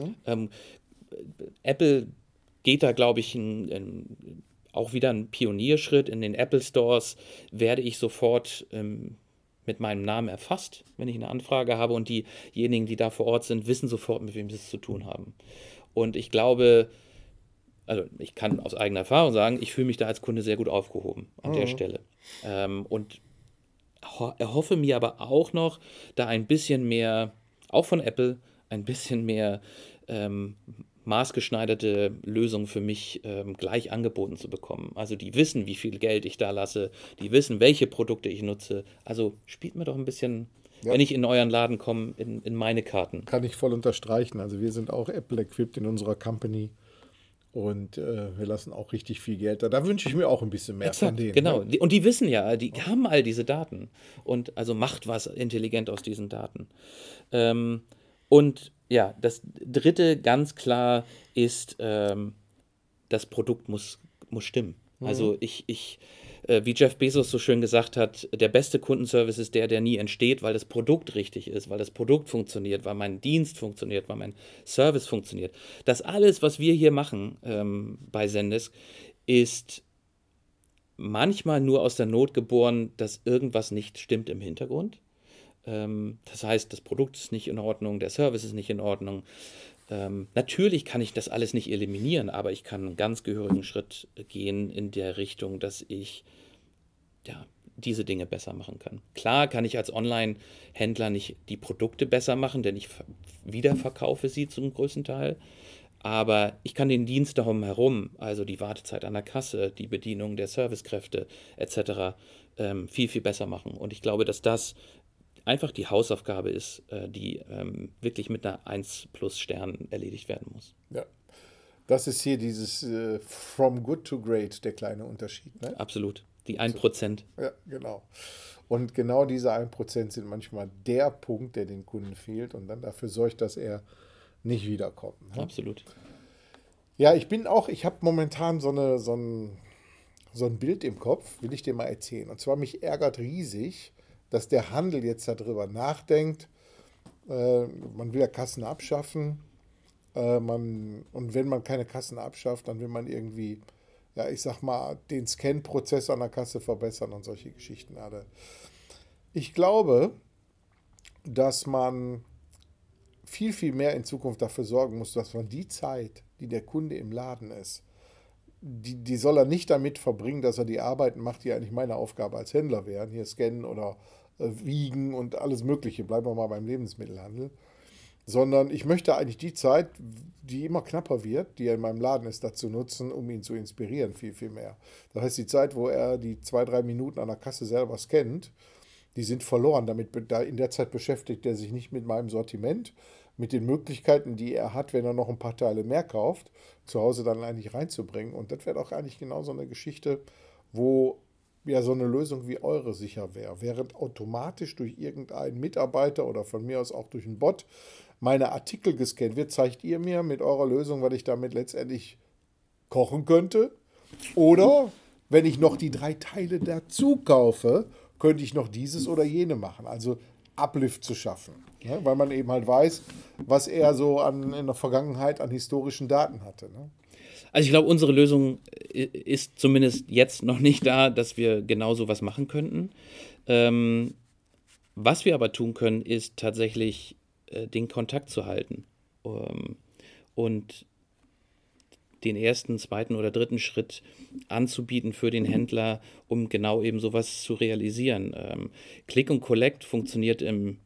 Apple geht da, glaube ich, auch wieder ein Pionierschritt. In den Apple Stores werde ich sofort mit meinem Namen erfasst, wenn ich eine Anfrage habe, und diejenigen, die da vor Ort sind, wissen sofort, mit wem sie es zu tun haben. Und ich glaube, also ich kann aus eigener Erfahrung sagen, ich fühle mich da als Kunde sehr gut aufgehoben an der Stelle. Und erhoffe mir aber auch noch, da ein bisschen mehr, auch von Apple, ein bisschen mehr maßgeschneiderte Lösungen für mich gleich angeboten zu bekommen. Also die wissen, wie viel Geld ich da lasse, die wissen, welche Produkte ich nutze. Also spielt mir doch ein bisschen, wenn ich in euren Laden komme, in meine Karten. Kann ich voll unterstreichen. Also wir sind auch Apple-equipped in unserer Company und wir lassen auch richtig viel Geld da. Da wünsche ich mir auch ein bisschen mehr von denen. Genau, Ne? Und die wissen ja, die haben all diese Daten und also macht was intelligent aus diesen Daten. Und Ja, das dritte ganz klar ist, das Produkt muss stimmen. Also wie Jeff Bezos so schön gesagt hat, der beste Kundenservice ist der nie entsteht, weil das Produkt richtig ist, weil das Produkt funktioniert, weil mein Dienst funktioniert, weil mein Service funktioniert. Das alles, was wir hier machen bei Zendesk, ist manchmal nur aus der Not geboren, dass irgendwas nicht stimmt im Hintergrund. Das heißt, das Produkt ist nicht in Ordnung, der Service ist nicht in Ordnung. Natürlich kann ich das alles nicht eliminieren, aber ich kann einen ganz gehörigen Schritt gehen in der Richtung, dass ich diese Dinge besser machen kann. Klar kann ich als Online-Händler nicht die Produkte besser machen, denn ich wiederverkaufe sie zum größten Teil. Aber ich kann den Dienst darum herum, also die Wartezeit an der Kasse, die Bedienung der Servicekräfte etc. Viel, viel besser machen. Und ich glaube, dass das einfach die Hausaufgabe ist, die wirklich mit einer 1+ Stern erledigt werden muss. Ja. Das ist hier dieses from good to great, der kleine Unterschied. Ne? Absolut. Die 1%. Ja, genau. Und genau diese 1% sind manchmal der Punkt, der den Kunden fehlt und dann dafür sorgt, dass er nicht wiederkommt. Ne? Absolut. Ja, ich habe momentan so ein Bild im Kopf, will ich dir mal erzählen. Und zwar mich ärgert riesig, dass der Handel jetzt darüber nachdenkt, man will ja Kassen abschaffen. Und wenn man keine Kassen abschafft, dann will man irgendwie, ja, ich sag mal, den Scan-Prozess an der Kasse verbessern und solche Geschichten. Ich glaube, dass man viel, viel mehr in Zukunft dafür sorgen muss, dass man die Zeit, die der Kunde im Laden ist, die soll er nicht damit verbringen, dass er die Arbeiten macht, die eigentlich meine Aufgabe als Händler wären, hier scannen oder wiegen und alles Mögliche, bleiben wir mal beim Lebensmittelhandel, sondern ich möchte eigentlich die Zeit, die immer knapper wird, die er in meinem Laden ist, dazu nutzen, um ihn zu inspirieren, viel, viel mehr. Das heißt, die Zeit, wo er die 2-3 Minuten an der Kasse selber scannt, die sind verloren. In der Zeit beschäftigt er sich nicht mit meinem Sortiment, mit den Möglichkeiten, die er hat, wenn er noch ein paar Teile mehr kauft, zu Hause dann eigentlich reinzubringen. Und das wäre doch eigentlich genau so eine Geschichte, wo ja so eine Lösung wie eure sicher wäre. Während automatisch durch irgendeinen Mitarbeiter oder von mir aus auch durch einen Bot meine Artikel gescannt wird, zeigt ihr mir mit eurer Lösung, was ich damit letztendlich kochen könnte. Oder wenn ich noch die 3 Teile dazu kaufe, könnte ich noch dieses oder jene machen. Also Uplift zu schaffen. Ne? Weil man eben halt weiß, was er so in der Vergangenheit an historischen Daten hatte. Ne? Also ich glaube, unsere Lösung ist zumindest jetzt noch nicht da, dass wir genau so was machen könnten. Was wir aber tun können, ist tatsächlich den Kontakt zu halten und den ersten, zweiten oder dritten Schritt anzubieten für den Händler, um genau eben sowas zu realisieren. Click und Collect funktioniert im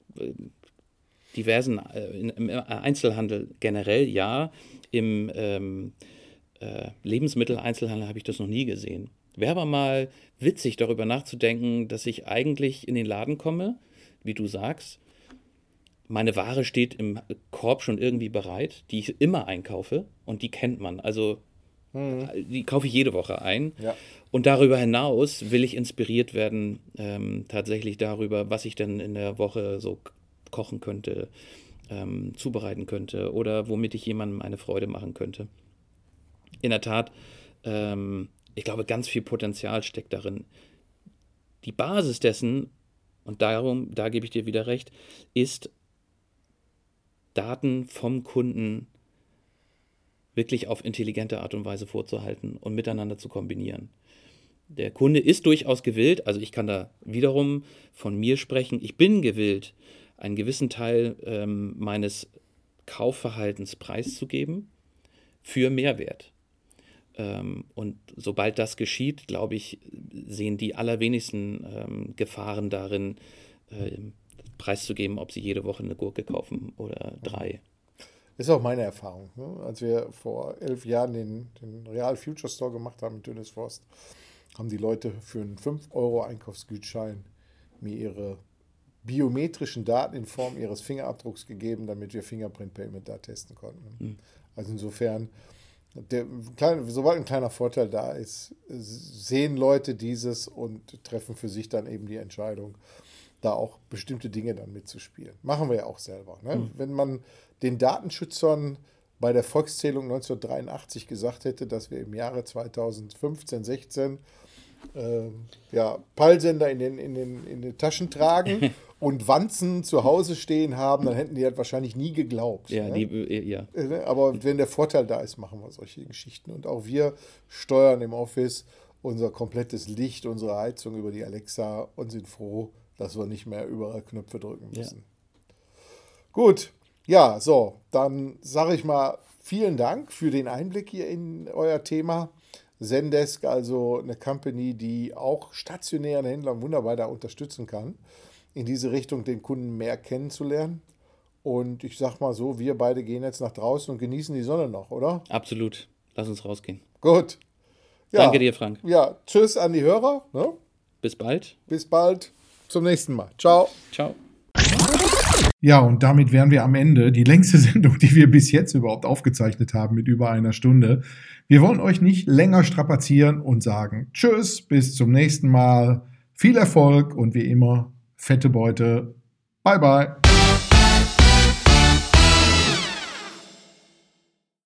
im Einzelhandel generell, ja. Im Lebensmitteleinzelhandel habe ich das noch nie gesehen. Wäre aber mal witzig, darüber nachzudenken, dass ich eigentlich in den Laden komme, wie du sagst. Meine Ware steht im Korb schon irgendwie bereit, die ich immer einkaufe und die kennt man. Also die kaufe ich jede Woche ein. Ja. Und darüber hinaus will ich inspiriert werden, tatsächlich darüber, was ich denn in der Woche so kochen könnte, zubereiten könnte oder womit ich jemandem eine Freude machen könnte. In der Tat, ich glaube, ganz viel Potenzial steckt darin. Die Basis dessen, und da gebe ich dir wieder recht, ist, Daten vom Kunden wirklich auf intelligente Art und Weise vorzuhalten und miteinander zu kombinieren. Der Kunde ist durchaus gewillt, also ich kann da wiederum von mir sprechen, ich bin gewillt, einen gewissen Teil meines Kaufverhaltens preiszugeben für Mehrwert. Und sobald das geschieht, glaube ich, sehen die allerwenigsten Gefahren darin, preiszugeben, ob sie jede Woche eine Gurke kaufen oder 3. Ist auch meine Erfahrung. Ne? Als wir vor 11 Jahren den Real Future Store gemacht haben in Tönisforst, haben die Leute für einen 5 € Einkaufsgutschein mir ihre biometrischen Daten in Form ihres Fingerabdrucks gegeben, damit wir Fingerprint Payment da testen konnten. Also insofern, sobald ein kleiner Vorteil da ist, sehen Leute dieses und treffen für sich dann eben die Entscheidung. da auch bestimmte Dinge dann mitzuspielen. Machen wir ja auch selber. Ne? Wenn man den Datenschützern bei der Volkszählung 1983 gesagt hätte, dass wir im Jahre 2015, 16 Peilsender in den Taschen tragen und Wanzen zu Hause stehen haben, dann hätten die das wahrscheinlich nie geglaubt. Ja, ne? Aber wenn der Vorteil da ist, machen wir solche Geschichten. Und auch wir steuern im Office unser komplettes Licht, unsere Heizung über die Alexa und sind froh, dass wir nicht mehr überall Knöpfe drücken müssen. Ja. Gut, ja, so, dann sage ich mal vielen Dank für den Einblick hier in euer Thema. Zendesk, also eine Company, die auch stationären Händlern wunderbar da unterstützen kann, in diese Richtung den Kunden mehr kennenzulernen. Und ich sag mal so, wir beide gehen jetzt nach draußen und genießen die Sonne noch, oder? Absolut. Lass uns rausgehen. Gut. Ja, danke dir, Frank. Ja, tschüss an die Hörer. Ne? Bis bald. Bis bald. Zum nächsten Mal. Ciao. Ciao. Ja, und damit wären wir am Ende. Die längste Sendung, die wir bis jetzt überhaupt aufgezeichnet haben, mit über einer Stunde. Wir wollen euch nicht länger strapazieren und sagen tschüss, bis zum nächsten Mal. Viel Erfolg und wie immer, fette Beute. Bye, bye.